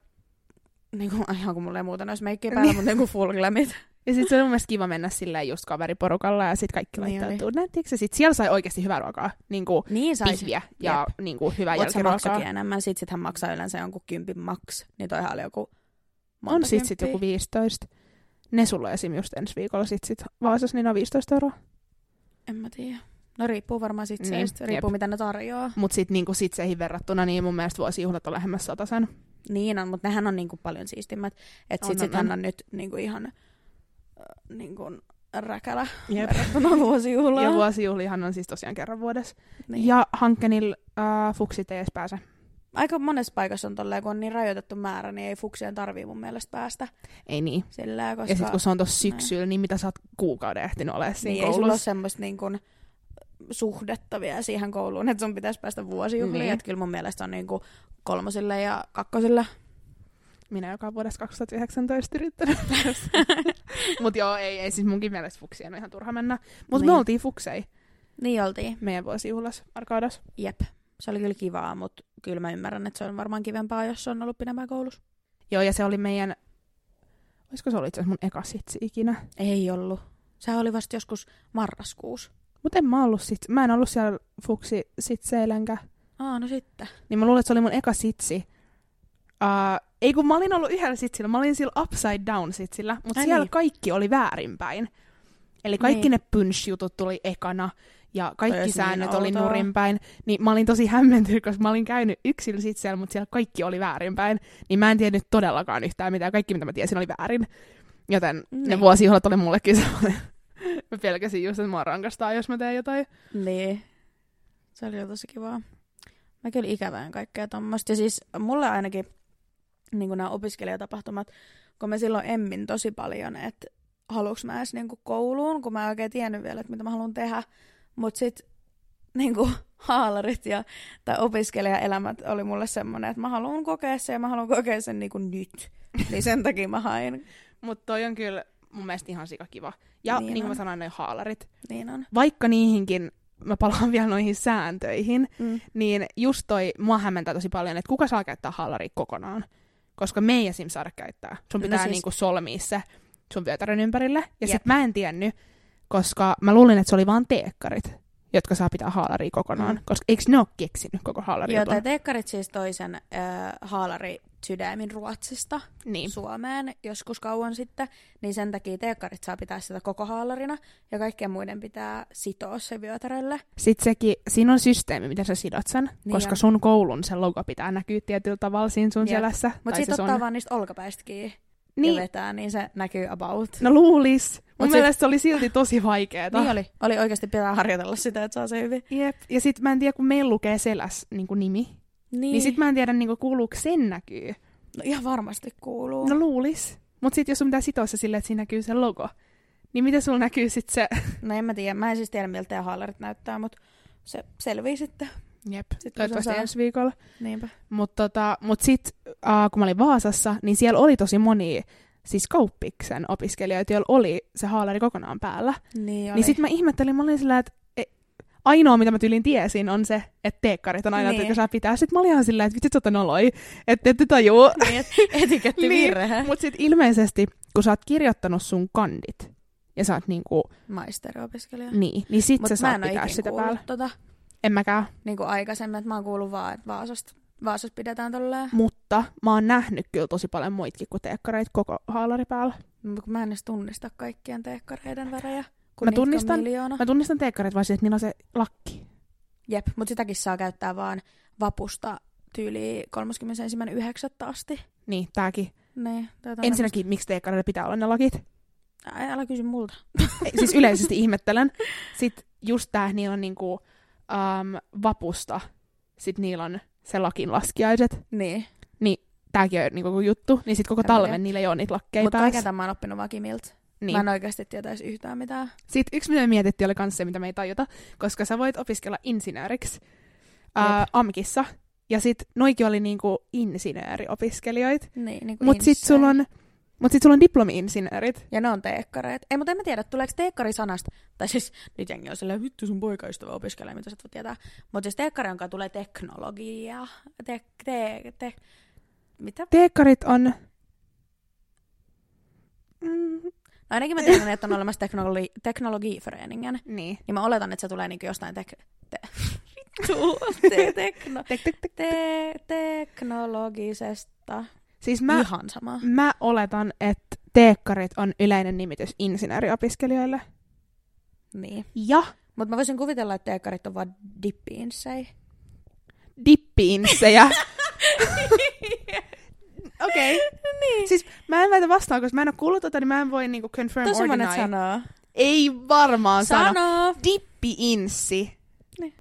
niin kuin, ihan kun mulla ei muuten olisi meikkiä päällä, mutta niin kuin full glamit. Ja sit se oli mun mielestä kiva mennä silleen just kaveriporukalla ja sit kaikki laittautuu nätiksi. Ja sit siellä sai oikeasti hyvää ruokaa, niinku pihviä ja niinku hyvää jälkiruokaa. Mutta se maksakin enemmän. Sithän maksaa yleensä jonkun 10 maks. Niin toihan oli joku monta on sit joku 15. Ne sulla esim. Just ensi viikolla sit Vaasassa, niin on 15 €. En mä tiedä. No riippuu varmaan sitseistä, riippuu mitä ne tarjoaa. Mut sit niinku sitseihin verrattuna, niin mun mielestä vuosijuhlat on lähemmäs 100. Niin on, mutta nehän on niinku paljon siistimmät. Et sittenhän on nyt niinku ihan niinku räkälä verrattuna vuosijuhlaan. Ja vuosijuhlihan on siis tosiaan kerran vuodessa. Niin. Ja Hankkenilla fuksit ei edes pääse. Aika monessa paikassa on tolleen, kun on niin rajoitettu määrä, niin ei fuksien tarvii mun mielestä päästä. Ei niin. Sillä, koska... Ja sit kun se on tossa syksyllä, niin mitä sä oot kuukauden ehtinyt olemaan siinä niin, koulussa? Ei sulla ole semmoista niin kuin suhdetta vielä siihen kouluun, että sun pitäisi päästä vuosijuhliin. Niin. Että kyllä mun mielestä on niin kuin 3. ja 2. minä joka vuodessa 2019 yrittänyt. Mut joo, ei siis munkin mielestä fuksien on ihan turha mennä. Mut me oltiin fuksei. Niin oltiin. Meidän vuosijuhlas Arkaadas. Jep. Se oli kyllä kivaa, mutta kyllä mä ymmärrän, että se on varmaan kivempaa, jos on ollut pidemmään koulussa. Joo, ja se oli meidän... Olisiko se ollut itse asiassa mun eka sitsi ikinä? Ei ollut. Sehän oli vasta joskus marraskuussa. Mut mä en ollut siellä fuksi sitseilenkä. No sitten. Niin mä luulen, että se oli mun eka sitsi. Ei kun mä olin ollut yhdellä sitsillä, mä olin sillä upside down sitsillä, mutta siellä kaikki oli väärinpäin. Eli kaikki ne punch-jutut tuli ekana, ja kaikki säännöt oli nurinpäin. Niin mä olin tosi hämmentynyt, koska mä olin käynyt yksin sitsillä, mutta siellä kaikki oli väärinpäin. Niin mä en tiennyt todellakaan yhtään mitään, kaikki mitä mä tiesin oli väärin. Joten ne vuosijuhlat oli mullekin sellainen. Mä pelkäsin just, että mua rankastaa, jos mä teen jotain. Niin. Se oli tosi kivaa. Mä kyllä ikävään kaikkea tommoista. Ja siis mulle ainakin niin nämä opiskelijatapahtumat, kun mä silloin emmin tosi paljon, että haluuks mä edes niin kouluun, kun mä en oikein tiennyt vielä, että mitä mä haluan tehdä. Mut sit niin haalarit tai opiskelijaelämät oli mulle semmonen, että mä haluan kokea sen ja mä haluan kokea sen niin nyt. Niin sen takia mä hain. Mut toi on kyllä mun mielestä ihan sikakiva. Ja niin kuin mä sanoin, ne haalarit. Niin on. Vaikka niihinkin, mä palaan vielä noihin sääntöihin, niin just toi mua hämmentää tosi paljon, että kuka saa käyttää haalaria kokonaan. Koska me ei esim. Saada käyttää. Sun pitää niinku solmia se sun vyötärön ympärille. Ja sit mä en tiennyt, koska mä luulin, että se oli vaan teekkarit, jotka saa pitää haalaria kokonaan. Koska eikö ne ole keksinyt koko haalarin? Joo, tai teekkarit siis toisen haalari-sydämin Ruotsista Suomeen joskus kauan sitten. Niin sen takia teekkarit saa pitää sitä koko haalarina. Ja kaikkien muiden pitää sitoa se vyötärölle. Sitten sekin, siinä on systeemi, miten sä sidot sen. Niin koska sun koulun se logo pitää näkyä tietyllä tavalla siinä sun selässä. Mutta sit ottaa vaan niistä olkapäistä kiinni. Niin. Ja vetää, niin se näkyy about. No luulis. Mun mielestä se oli silti tosi vaikeeta. Niin oli oikeasti pitää harjoitella sitä, että saa se hyvin. Jep. Ja sit mä en tiedä, kun meillä lukee seläs nimi. Niin sit mä en tiedä, kuuluuko sen näkyy. No ihan varmasti kuuluu. No luulis. Mut sit jos sun pitää sitoa se silleen, että siinä näkyy se logo. Niin miten sulla näkyy sit se? No en mä tiedä. Mä en siis tiedä, miltä teidän haalarit näyttää, mut se selvii sitten. Jep, toivottavasti ensi viikolla. Niinpä. Mut sit, kun mä olin Vaasassa, niin siellä oli tosi moni siis kauppiksen opiskelijoita, joilla oli se haalari kokonaan päällä. Niin sit mä ihmettelin, mä olin sillä, että ainoa, mitä mä tyylin tiesin, on se, että teekkarit on aina, jotka saa pitää. Sitten mä olin ihan silleen, että vitsi, tota noloi, että ette tajuu. Niin, etikettivirhe. Niin, mut sit ilmeisesti, kun sä oot kirjoittanut sun kandit, ja sä oot niinku maisteriopiskelija. Niin sit sä saat pitää sitä päällä. En mäkään. Niinku aikaisemmin, että mä oon kuullut vaan, että Vaasasta pidetään tolleen. Mutta mä oon nähnyt kyllä tosi paljon muitakin kuin teekkareita koko haalari päällä. Mä en edes tunnista kaikkien teekkareiden värejä. Mä tunnistan teekkareita vaan että niillä on se lakki. Jep, mutta sitäkin saa käyttää vaan vapusta tyyliin 31.9. asti. Niin, tääkin. Niin, ensinnäkin, miksi teekkareilla pitää olla ne lakit? Älä kysy multa. Siis yleisesti ihmettelen. Sitten just tää, niillä on niinku vapusta. Sitten niillä on se lakin laskiaiset. Niin. Niin tääkin on niinku juttu. Niin sit koko talven niillä ei ole niitä lakkeja mutta päässä. Mutta oikeastaan mä oon oppinut Vakimilta. Niin. Mä en oikeasti tietäisi yhtään mitään. Sitten yksi, mitä me mietittiin, oli kans se, mitä me ei tajuta. Koska sä voit opiskella insinööriksi AMKissa. Ja sit noikin oli niinku insinööriopiskelijoita. Niin, niinku mut sit sulla on diplomi-insinöörit. Ja ne on teekkareet. Ei, mutta en mä tiedä, tuleeko teekkari-sanasta. Tai siis nyt jengi on silleen, vittu sun poikaystävä opiskelee, mitä sä et voi tietää. Mutta siis teekkari onkaan tulee teknologia. Mitä? Teekkarit on ainakin mä tiedän, että on olemassa teknologiföreningen. Niin. Niin mä oletan, että se tulee niinku jostain teknologisesta. Siis ihan sama. Mä oletan, että teekkarit on yleinen nimitys insinööriopiskelijoille. Niin. Ja. Mutta mä voisin kuvitella, että teekkarit on vaan dippi-inssejä. Dippi-inssejä? Okei. Niin. Siis mä en väitä vastaan, koska mä en ole kuullut niin mä en voi niinku confirm or deny. Tosi monet sanoo. Ei varmaan sano. Dippi-inssi. Niin.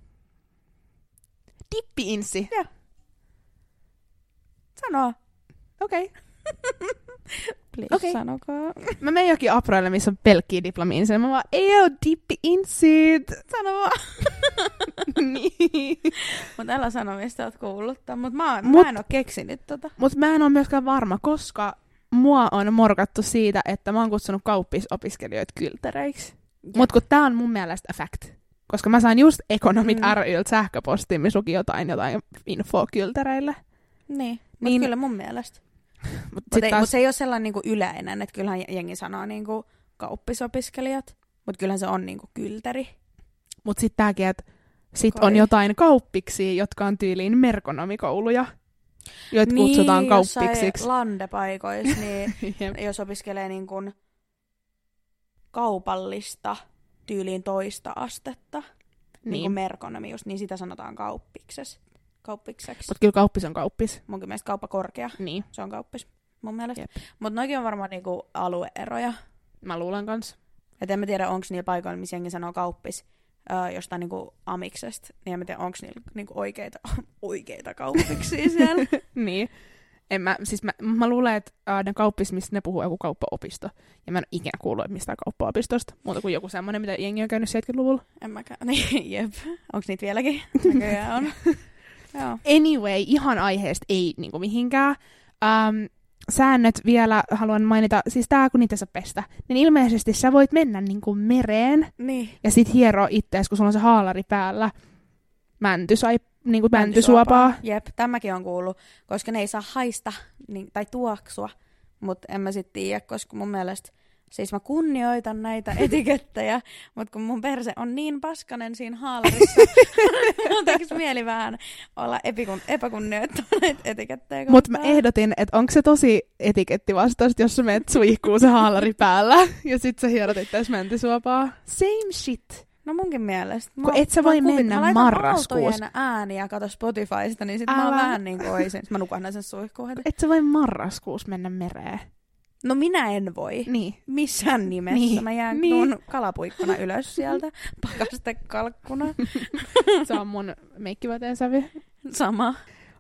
Dippi-inssi. Joo. Sanoo. Okei. Please, okay. Sanokaa. Mä menen jokin aproille, missä on pelkkiä diplomiinisia. Mä vaan, ei oo dippi insit. Sano vaan. Niin. Mut älä sano, mistä oot kuullut tämän. Mut mä en oo keksinyt tota. Mut mä en oo myöskään varma, koska mua on morkattu siitä, että mä oon kutsunut kauppisopiskelijoita kyltäreiksi. Mut kun tää on mun mielestä fact. Koska mä sain just Ekonomit ry:ltä sähköpostiin, missä luki jotain infoa kyltäreille. Niin, mut kyllä mun mielestä. Mut se ei ole sellainen niinku yleinen, että kyllähän jengi sanoo niinku kauppisopiskelijat, mutta kyllähän se on niinku kyltäri. Mut sit tääkin, että sit on jotain kauppiksi, jotka on tyyliin merkonomikouluja, joita kutsutaan kauppiksiksi. Jossain landepaikoissa, niin jos opiskelee niinku kaupallista tyyliin toista astetta, niin merkonomi just, niin sitä sanotaan kauppikseksi. Mutta kyllä kauppis on kauppis. Munkin mielestä kauppa korkea. Niin. Se on kauppis, mun mielestä. Mutta noikin on varmaan niinku alueeroja. Mä luulen kans. Et en mä tiedä, onko niillä paikoilla, missä jengi sanoo kauppis jostain niinku amiksesta, niin en mä tiedä, onko niillä niinku oikeita kauppiksia siellä. Niin. Mä luulen, että ne kauppis, mistä ne puhuu, joku kauppaopisto. Ja mä en ole ikinä kuullut mistään kauppaopistosta. Muuta kuin joku semmoinen, mitä jengi on käynyt 70-luvulla. En mäkään. Niin, jep. Onks niitä vieläkin? Näköjään on. Joo. Anyway, ihan aiheesta ei niinku mihinkään. Säännöt vielä haluan mainita. Siis tää, kun niitä saa pestä, niin ilmeisesti sä voit mennä niinku mereen. Niin. Ja sit hieroa ittees, kun sulla on se haalari päällä. Mäntysuopaa. Jep, tämäkin on kuullut, koska ne ei saa haista tai tuoksua, mutta en mä sit tiedä, koska mun mielestä, siis mä kunnioitan näitä etikettejä, mutta kun mun perse on niin paskanen siinä haalarissa, on tekis mieli vähän olla epäkunnioittaa näitä etikettejä. Mutta mä ehdotin, että onko se tosi etikettivastaista, jos sä menet suihkuu se haalari päällä, ja sit sä hierot itseäsi mäntysuopaa. Same shit. No munkin mielestä. Kun et sä voi mennä marraskuussa. Mä ääniä kato Spotifysta, niin sit mä oon vähän niin kuin oisin. Mä nukahdan sen suihkuun heti. Et sä voi marraskuussa mennä mereen. No minä en voi. Niin. Missään nimessä. Niin. Mä jään tuon kalapuikkuna ylös sieltä. Pakastekalkkuna. Se on mun meikkivateen sävy. Sama.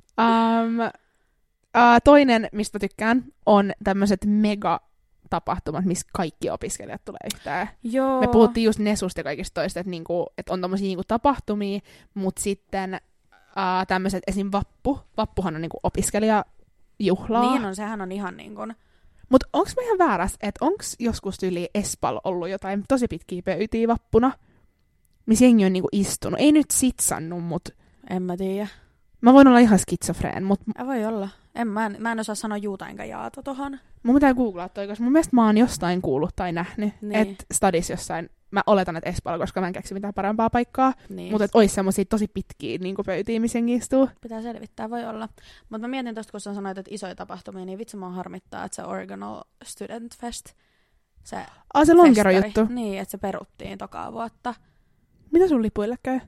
Toinen, mistä tykkään, on tämmöiset tapahtumat, missä kaikki opiskelijat tulee yhteen. Joo. Me puhuttiin just Nesusta ja kaikista toista, että että on tommosia niinku tapahtumia, mutta sitten tämmöiset esim. Vappuhan on niinku opiskelijajuhlaa. Niin on, sehän on ihan niin kuin... Mutta onks mä ihan väärässä, että onks joskus yli Espal ollut jotain tosi pitkiä pöytiä vappuna, missä jengi on niinku istunut? Ei nyt sitsannut, mut... En mä tiedä. Mä voin olla ihan skitsofreen, mut... Voi olla. Mä en osaa sanoa juuta enkä jaata tohon. Mun pitää googlaa toi, koska mun mielestä mä oon jostain kuullut tai nähnyt, niin. Että stadis jossain, mä oletan, että Espalla, koska mä en keksi mitään parempaa paikkaa, niin. Mutta että ois semmosia tosi pitkiä niin pöytiä, missä jengi istuu. Pitää selvittää, voi olla. Mutta mä mietin tosta, kun sä sanoit, että isoja tapahtumia, niin vitsi mua harmittaa, että se Original Student Fest, se lonkero-juttu. Niin, että se peruttiin tokaa vuotta. Mitä sun lipuille käy?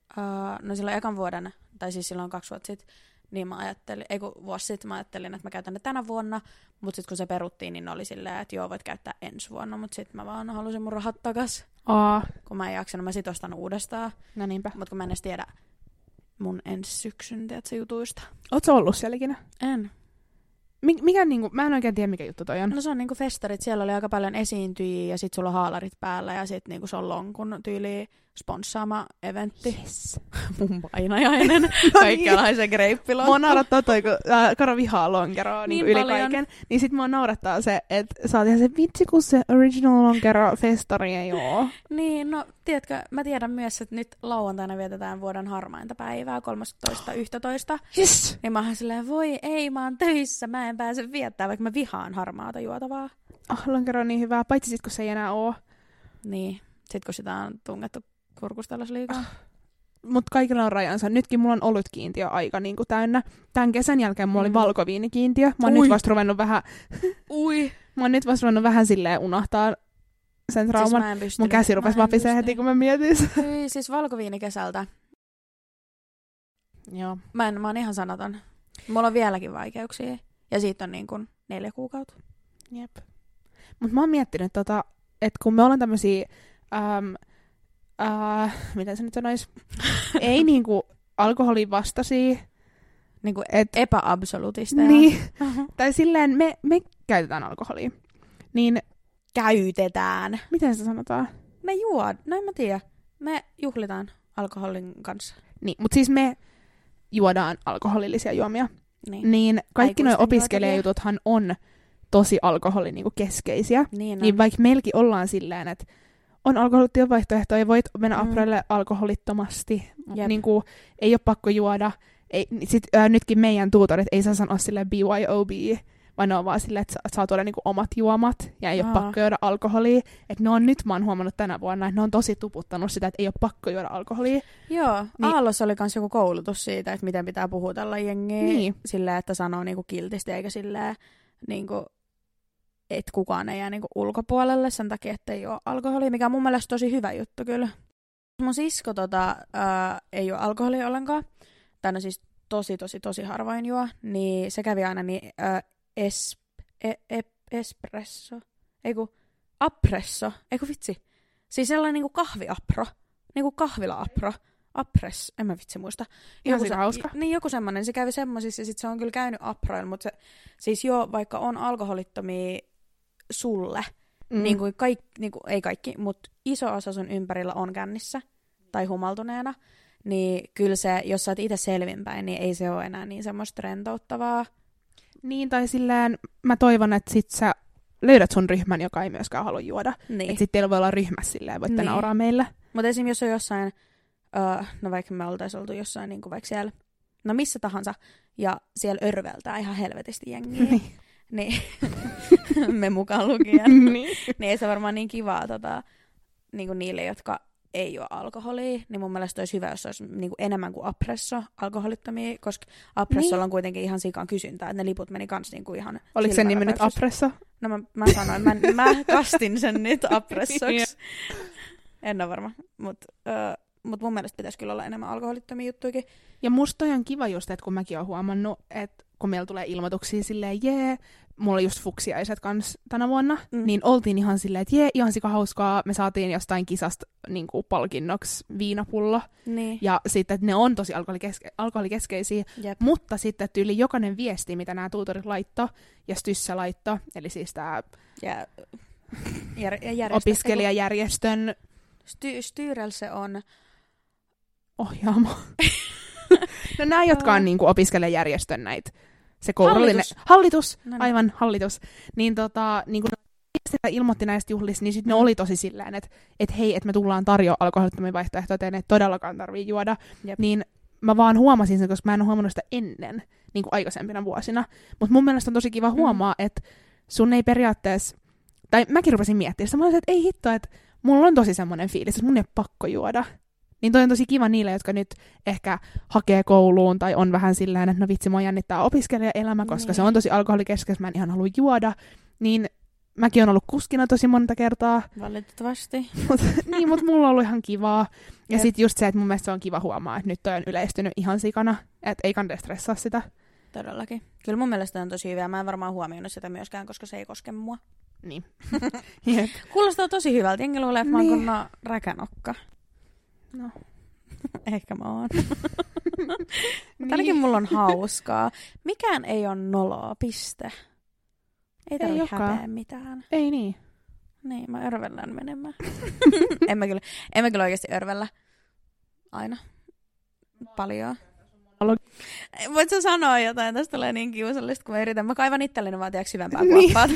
No silloin ekan vuoden, tai siis silloin 2 vuotta sitten, niin mä ajattelin, vuosi sitten mä ajattelin, että mä käytän ne tänä vuonna, mutta sitten kun se peruttiin, niin oli silleen, että joo, voit käyttää ensi vuonna, mutta sitten mä vaan halusin mun rahat takas. Kun mä en jaksanut, mä sit ostan uudestaan. No niinpä. Mutta kun mä en edes tiedä mun ensi syksyn, tiedätkö, jutuista. Oot sä ollut siellä ikinä? En. Mikä niinku, mä en oikein tiedä, mikä juttu toi on. No se on niinku festarit, siellä oli aika paljon esiintyjiä ja sit sulla on haalarit päällä ja sit niinku se on lonkun tyyliin sponssaama eventti. Yes. Mun painajainen. Kaikenlaisen greippilonkku. Mua naurattaa toi, kun Karo vihaa lonkeroa niin yli kaiken. Niin sit mua naurattaa se, että sä oot ihan se vitsi, kun se original lonkero festari ei oo. Niin, no tiedätkö, mä tiedän myös, että nyt lauantaina vietetään vuoden harmainta päivää, 13.11. Yes! Niin mä oon silleen, voi ei, mä oon töissä, mä en pääse viettää, vaikka mä vihaan harmaata juotavaa. Lonkero on niin hyvää, paitsi sit kun se ei enää oo. Niin, sit kun sitä on tungettu kurkustellas liikaa. Mutta kaikilla on rajansa. Nytkin mulla on ollut kiintiö aika niin kuin täynnä. Tämän kesän jälkeen mulla oli valkoviinikiintiö. Mä oon nyt vasta ruvennut vähän... Mä oon nyt vasta ruvennut vähän silleen unohtaa sen trauman. Siis mun käsi rupesi vapisee heti, kun mä mietin sitä. Ei, siis valkoviini kesältä. Joo. Mä oon ihan sanaton. Mulla on vieläkin vaikeuksia. Ja siitä on niin kuin 4 kuukautta. Jep. Mut mä oon miettinyt että kun me ollaan tämmösiä... miten se nyt sanois? Ei niinku alkoholin vastaisia. Niinku epäabsolutisteja. Niin. Tai silleen me käytetään alkoholia. Niin käytetään. Miten se sanotaan? Me no en mä tiedä. Me juhlitaan alkoholin kanssa. Niin, mutta siis me juodaan alkoholillisia juomia. Niin kaikki nuo opiskelijajututhan on tosi alkoholikeskeisiä. Niin vaikka meilläkin ollaan silleen, että on alkoholittuja vaihtoehtoja, voit mennä aproille alkoholittomasti. Niin kuin, ei ole pakko juoda. Nytkin meidän tuutorit ei saa sanoa silleen BYOB, vaan ne on vaan silleen, että saa tuoda niinku omat juomat ja ei ole pakko juoda alkoholia. Että ne on nyt, mä oon huomannut tänä vuonna, että ne on tosi tuputtanut sitä, että ei ole pakko juoda alkoholia. Joo, niin, Aallossa oli myös joku koulutus siitä, että miten pitää puhutella jengiä silleen, että sanoo niinku kiltisti eikä silleen, niinku, että kukaan ei jää niinku ulkopuolelle sen takia, että ei ole alkoholia, mikä on mun mielestä tosi hyvä juttu kyllä. Mun sisko ei ole alkoholia ollenkaan, tai no siis tosi harvoin juo, niin se kävi aina apresso, vitsi. Siis sellainen niinku kahviapro, niinku kahvila-apro, en mä vitsi muista. Hauska. Niin joku semmoinen, se kävi semmosissa ja sit se on kyllä käynyt aproilla, mutta se siis vaikka on alkoholittomia sulle, niin kuin ei kaikki, mutta iso osa sun ympärillä on kännissä tai humaltuneena, niin kyllä se, jos sä oot itse selvinpäin, niin ei se ole enää niin semmoista rentouttavaa. Niin, tai silleen mä toivon, että sit sä löydät sun ryhmän, joka ei myöskään halua juoda. Niin. Että sit teillä voi olla ryhmässä silleen, voitte nauraa meille. Mutta esimerkiksi jos on jossain, no vaikka me oltais oltu jossain niin kuin vaikka siellä, no missä tahansa, ja siellä örveltää ihan helvetisti jengiä, niin me mukaan lukien, niin ei se varmaan niin kivaa niin kuin niille, jotka ei juo alkoholia, niin mun mielestä olisi hyvä, jos olisi niin kuin enemmän kuin apresso alkoholittomia, koska apressolla on kuitenkin ihan sikan kysyntää, että ne liput meni kans niin kuin ihan... Oliko sen nimi nyt apresso? No mä sanoin, mä kastin sen nyt apressoksi. En ole varma, mutta mun mielestä pitäisi kyllä olla enemmän alkoholittomia juttuikin. Ja musta on kiva just, että kun mäkin oon huomannut, että kun meillä tulee ilmoituksia silleen, mulla oli just fuksiaiset kans tänä vuonna, niin oltiin ihan silleen, että ihan sika hauskaa, me saatiin jostain kisasta niin kuin palkinnoksi viinapullo. Niin. Ja sitten, että ne on tosi alkoholikeskeisiä, mutta sitten tyyli jokainen viesti, mitä nämä tuutorit laittoi, ja Styssä laittoi, eli siis tämä opiskelijajärjestön... Styrel se on... ohjaamo. No nämä, jotka on niinku opiskelijajärjestön näitä. Se koulullinen... Hallitus. Aivan, hallitus. Niin niinku ilmoitti näistä juhlista, niin sitten ne oli tosi silleen, että hei, että me tullaan tarjoamaan alkoholittomia vaihtoehtoja, että ne todellakaan tarvii juoda. Jep. Niin mä vaan huomasin sen, koska mä en ole huomannut sitä ennen, niin kuin aikaisempina vuosina. Mutta mun mielestä on tosi kiva huomaa, että sun ei periaatteessa... Tai mäkin rupesin miettimään sitä, mä olisin, että ei hitto, että mulla on tosi semmoinen fiilis, että mun ei ole pakko juoda. Niin toi on tosi kiva niille, jotka nyt ehkä hakee kouluun tai on vähän silleen, että no vitsi, mua jännittää opiskelijaelämä, koska se on tosi alkoholikeskeistä, mä en ihan halua juoda. Niin mäkin olen ollut kuskina tosi monta kertaa. Valitettavasti. Mutta mulla on ollut ihan kivaa. Ja sitten just se, että mun mielestä se on kiva huomaa, että nyt toi on yleistynyt ihan sikana, että ei kannata stressaa sitä. Todellakin. Kyllä mun mielestä on tosi hyvä. Mä en varmaan huomioinut sitä myöskään, koska se ei koske mua. Niin. Kuulostaa tosi hyvältä. Jengi luulee, että mä oon kunnon räkänokka. No. Ehkä mä oon. Ainakin mulla on hauskaa. Mikään ei ole noloa, piste. Ei tarvitse häpeä mitään. Ei niin. Niin, mä örvellään menemään. en mä kyllä oikeasti örvellä. Aina. Paljon. Voit sä sanoa jotain? Tästä tulee niin kiusallista, kun mä yritän. Mä kaivan itselleni vaan tiedäks syvempää kuoppaa.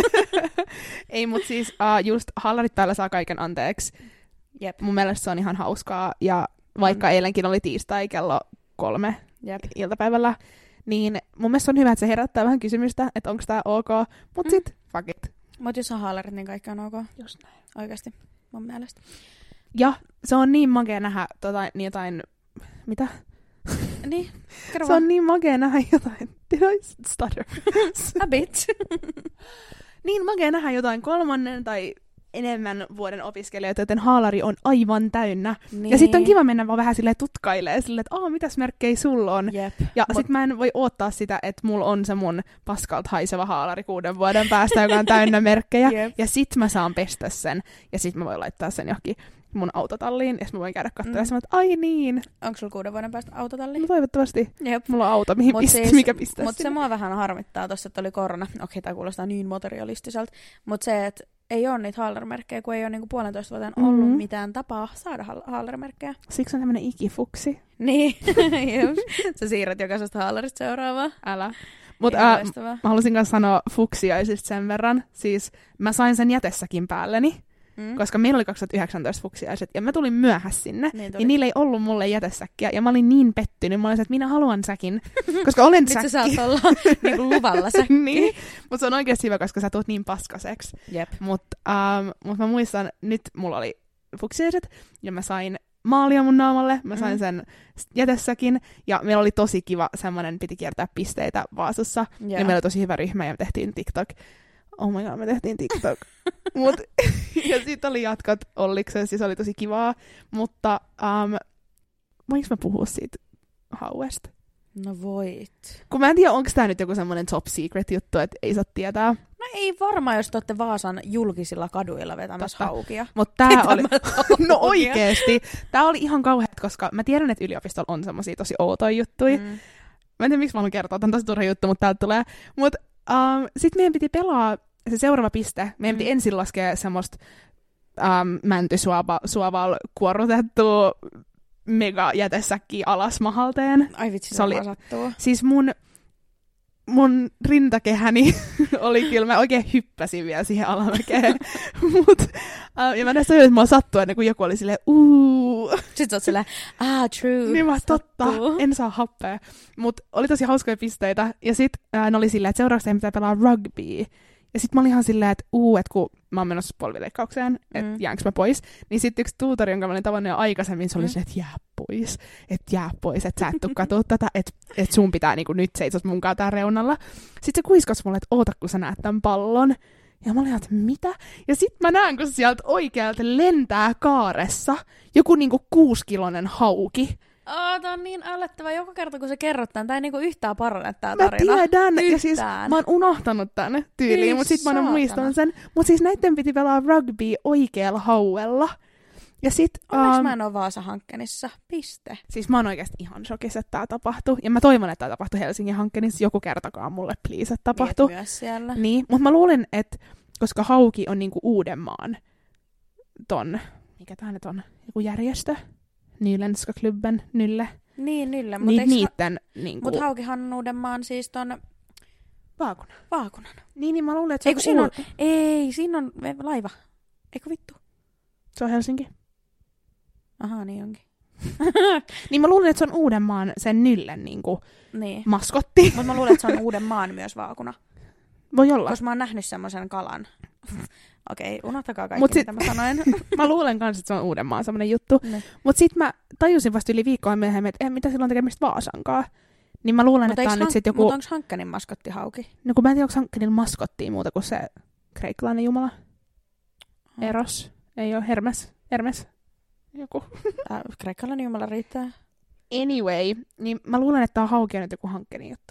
Ei, mutta siis just hallarit päällä saa kaiken anteeksi. Jep. Mun mielestä se on ihan hauskaa. Ja vaikka eilenkin oli tiistai kello 3 iltapäivällä, niin mun mielestä on hyvä, että se herättää vähän kysymystä, että onko tää ok. Mut sit, fuck it. Mut jos on hallarit, niin kaikki on ok. Just näin. Oikeasti, mun mielestä. Ja se on niin makea nähdä jotain... Mitä? Niin, se on niin makea nähdä jotain... Did I stutter? A bit. Niin makea nähdä jotain 3. tai enemmän vuoden opiskelijoita, joten haalari on aivan täynnä. Niin. Ja sitten on kiva mennä vaan vähän silleen tutkailemaan, silleen, että mitäs merkkejä sulla on. Jep. Ja sit mä en voi odottaa sitä, että mulla on se mun paskalta haiseva haalari 6 vuoden päästä, joka on täynnä merkkejä. Jep. Ja sit mä saan pestä sen. Ja sit mä voin laittaa sen johonkin mun autotalliin, ja mä voin käydä katsomaan, että ai niin. Onko sulla 6 vuoden päästä autotalli? No toivottavasti. Jep. Mulla on auto, mikä pistää Mutta se mua vähän harmittaa tossa, että oli korona. Okei, tää kuulostaa niin materialistiselta. Mutta se, että ei ole niitä haalarimerkkejä, kun ei ole niinku 1,5 vuoteen ollut mitään tapaa saada haalarimerkkejä. Siksi on tämmönen ikifuksi. Niin, just. Sä siirrät jokaisesta haalarista seuraavaa. Älä. Mutta mä halusin kanssa sanoa fuksiaisista sen verran. Siis mä sain sen jätessäkin päälleni, koska meillä oli 2019 fuksiaiset, ja mä tulin myöhässä sinne, ja niillä ei ollut mulle jätesäkkiä, ja mä olin niin pettynyt. Mä olin, että minä haluan säkin, koska olen säkki. Nyt sä saat olla niinku luvalla säkki. Niin, mutta se on oikeasti hyvä, koska sä tuut niin paskaseksi. Mutta mä muistan, nyt mulla oli fuksiaiset, ja mä sain maalia mun naamalle, mä sain sen jätessäkin, ja meillä oli tosi kiva semmoinen, piti kiertää pisteitä Vaasassa, ja meillä oli tosi hyvä ryhmä, ja me tehtiin TikTok. Oh my god, me tehtiin TikTok. Ja sitten oli jatkot Olliksessa, siis oli tosi kivaa, mutta voinko mä puhua siitä hauesta? No voit. Kun mä en tiedä, onko tää nyt joku semmoinen top secret juttu, että ei saa tietää. No ei varmaan, jos te olette Vaasan julkisilla kaduilla vetämässä haukia. Mutta tää oli... No oikeesti. Tää oli ihan kauheat, koska mä tiedän, että yliopistolla on semmosia tosi outoja juttuja. Mä en tiedä, miksi mä haluan kertoa, tää on tosi turha juttu, mutta täältä tulee. Mut sit meidän piti pelaa se seuraava piste. Meidän piti ensin laskea semmoista mäntysuovalla kuorrutettua mega jätesäkkiä alas mahalteen. Ai vitsi, se oli sattuu. Siis mun rintakehäni oli kyllä, mä oikein hyppäsin vielä siihen alamäkeen. Ja mä näin että mua sattui ennen kuin joku oli silleen, Sitten sä oot silleen, true. Niin mä totta, en saa happea. Mut oli tosi hauskoja pisteitä. Ja sit ne oli silleen, että seuraavaksi pitää pelaa rugbya. Ja sit mä olin ihan silleen, että kun mä oon menossa polvileikkaukseen, että jäänkö mä pois. Niin sit yksi tuutori, jonka mä olin tavannut jo aikaisemmin, se oli silleen, että jää pois, että sä et tuu katua tätä, että sun pitää niinku nyt seisot munkaan tää reunalla. Sit se kuiskas mulle, että oota kun sä näet tämän pallon. Ja mä olin, että mitä? Ja sit mä näen, kun sieltä oikealta lentää kaaressa joku niinku 6-kiloinen hauki. Tää on niin ällöttävää. Joka kerta, kun sä kerrot tän, tää ei niinku yhtään parane tää tarina. Mä tiedän. Yhtään. Ja siis mä oon unohtanut tän tyyliin, mutta sit mä oon muistanut sen. Mut siis näitten piti pelaa rugby oikealla hauella. Ja sit... Onneksi mä en oo Vaasa-Hankkenissa. Piste. Siis mä oon oikeesti ihan shokissa, että tää tapahtui. Ja mä toivon, että tää tapahtui Helsingin Hankkenissa. Joku kertakaa mulle, please, että tapahtui. Niin, myös siellä. Niin, mutta mä luulen, että koska Hauki on niinku Uudenmaan mikä tää nyt on, joku järjestö? Nyländska klubben, Nylle. Niin, Nylle. Niitten niinku... Mut Haukihan on Uudenmaan siis ton... Vaakunan. Niin mä luulen, että se on... Siinä on... Ei, siinä on laiva. Eikö vittu? Se on Helsinki. Ahaa, niin onkin. Niin mä luulen, että se on Uudenmaan sen Nyllen niinku maskotti. Mutta mä luulen, että se on Uudenmaan myös vaakuna. Voi olla. Koska mä oon nähnyt semmoisen kalan. Okei, unohtakaa kaikki, mitä mä sanoin. Mä luulen kanssa, että se on Uudenmaan semmoinen juttu. Mut sit mä tajusin vasta yli viikkoa myöhemmin, että mitä silloin tekemistä Vaasankaan. Niin mä luulen, että on nyt sit joku... Mutta onks Hankkenin maskotti hauki? No kun mä en tiedä, onko Hankkenin maskottia muuta kuin se kreikkalainen jumala. Eros. Ei oo Hermes. Joku. Kreikkalainen jumala riittää. Anyway, niin mä luulen, että on hauki nyt joku Hankkenin juttu.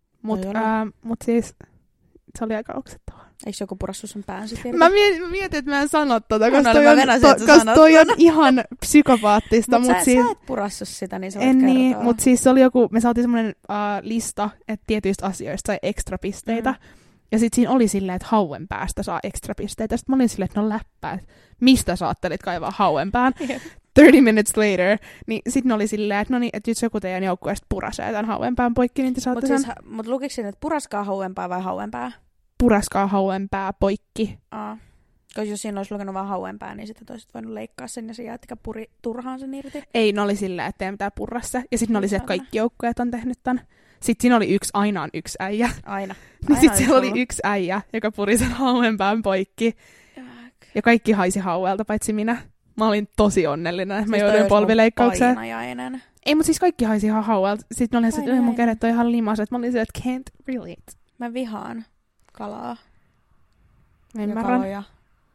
Mut siis se oli aika oksettavaa. Eikö joku purassu sun pään sitten? Mä mietin, että mä en sano tota, koska toi on ihan psykopaattista. Mut sä et purassu sitä, niin sä voit kertoa. Niin, mut siis se oli joku, me saatiin semmonen lista, että tietyistä asioista sai ekstra pisteitä. Ja sit siinä oli silleen, että hauen päästä saa ekstra pisteitä. Sitten mä olin silleen, että no läppää, että mistä sä ajattelit kaivaa hauen pään? 30 minutes later. Niin sit ne oli silleen, että no niin, että jos joku teidän joukkueesta purasee tämän hauen pään poikki, niin te saatte sen. Mut lukiko siinä, että puraskaa hauen pää vai hauen pää? Puraskaa hauen pää poikki. Koska jos siinä olisi lukenut vaan hauen pää, niin sitten toisit voinut leikkaa sen ja se jäätkä puri turhaan sen irti. Ei, ne oli silleen, että teidän pitää purra se. Ja sitten ne oli se, että kaikki joukkueet on tehnyt tämän. Sitten siinä oli aina on yksi äijä. Aina. Niin sitten siellä oli yksi äijä, joka puri sen hauen pään poikki. Ja kaikki haisi hauelta, paitsi minä. Mä olin tosi onnellinen, että siis mä jouduin polvileikkaukseen. Painajainen. Ei, mutta siis kaikki haisi ihan hauelta. Sitten oli se, että mun kädet on ihan limaset. Mä olin se, että can't relate. Mä vihaan kalaa. Ymmärrän.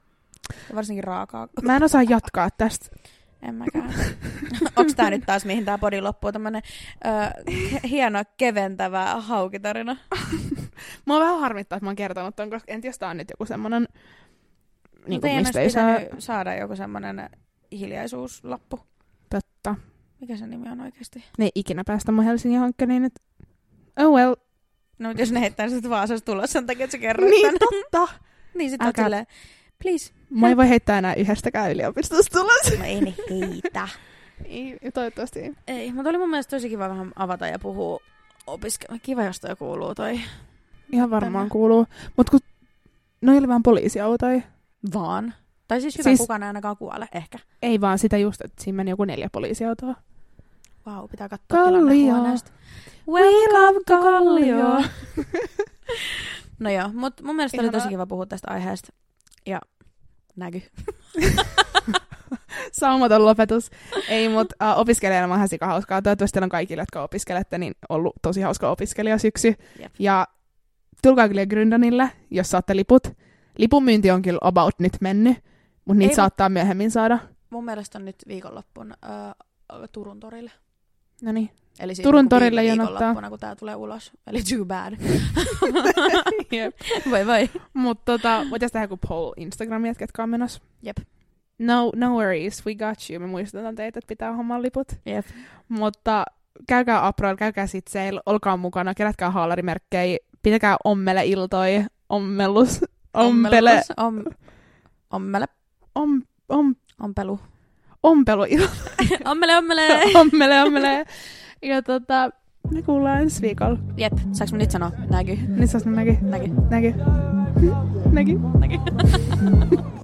Ja varsinkin raakaa. Mä en osaa jatkaa tästä. En mäkään. Onks tää nyt taas mihin tää podi loppuu? Tämmönen hieno keventävä haukitarina. Mua vähän harmittaa, että mä oon kertonut ton, koska en tiedä, jos tää on nyt joku semmonen... Niin mistä ei saada joku semmonen hiljaisuuslappu. Totta. Mikä se nimi on oikeesti? Ne ei ikinä päästä mun Helsingin hankkeen, niin oh well. No jos ne heittää sitä Vaasassa tulla sen takia, että sä kerroit niin, tänne. totta. Niin sit oot silleen, please. Mä ei voi heittää enää yhdestäkään yliopistosta tulos. No ei ne heitä. Ei, toivottavasti ei. Mutta oli mun mielestä tosi kiva vähän avata ja puhua kiva, jos toi kuuluu toi. Ihan varmaan kuuluu. Mut kun noi oli vaan poliisiautoja. Vaan? Tai siis kukaan ei ainakaan kuole, ehkä. Ei vaan sitä just, että siinä meni joku 4 poliisiautoa. Vau, pitää katsoa tilannehuoneesta. Welcome Kallio! No joo, mut mun mielestä oli tosi kiva puhua tästä aiheesta. Ja näky. Saumaton lopetus. Ei, mut opiskelijana on ihan sika hauskaa. Toivottavasti teillä on kaikille, jotka opiskelette, niin ollut tosi hauska opiskelijasyksy. Jep. Ja tulkaa kyllä Gründanille, jos saatte liput. Lipun myynti on kyllä about nyt mennyt, mutta niitä saattaa myöhemmin saada. Mun mielestä on nyt viikonloppun Turun torille. Noniin. Eli siis Turun torille jonottaa. Kun tää tulee ulos. Eli too bad. Voi. Mutta voitaisiin tehdä joku poll Instagramia, ketkä on menossa. Jep. No worries, we got you. Me muistutan teitä, että pitää homman liput. Jep. Mutta käykää Aproilla, käykää Sitseillä, olkaa mukana, kerätkää haalarimerkkejä, pitäkää ommele-iltoi, ompelu. Ommele. Ja me kuullaan ensi viikolla. Jep, saaks mä nyt sanoa näky? Nyt saaks mä näky.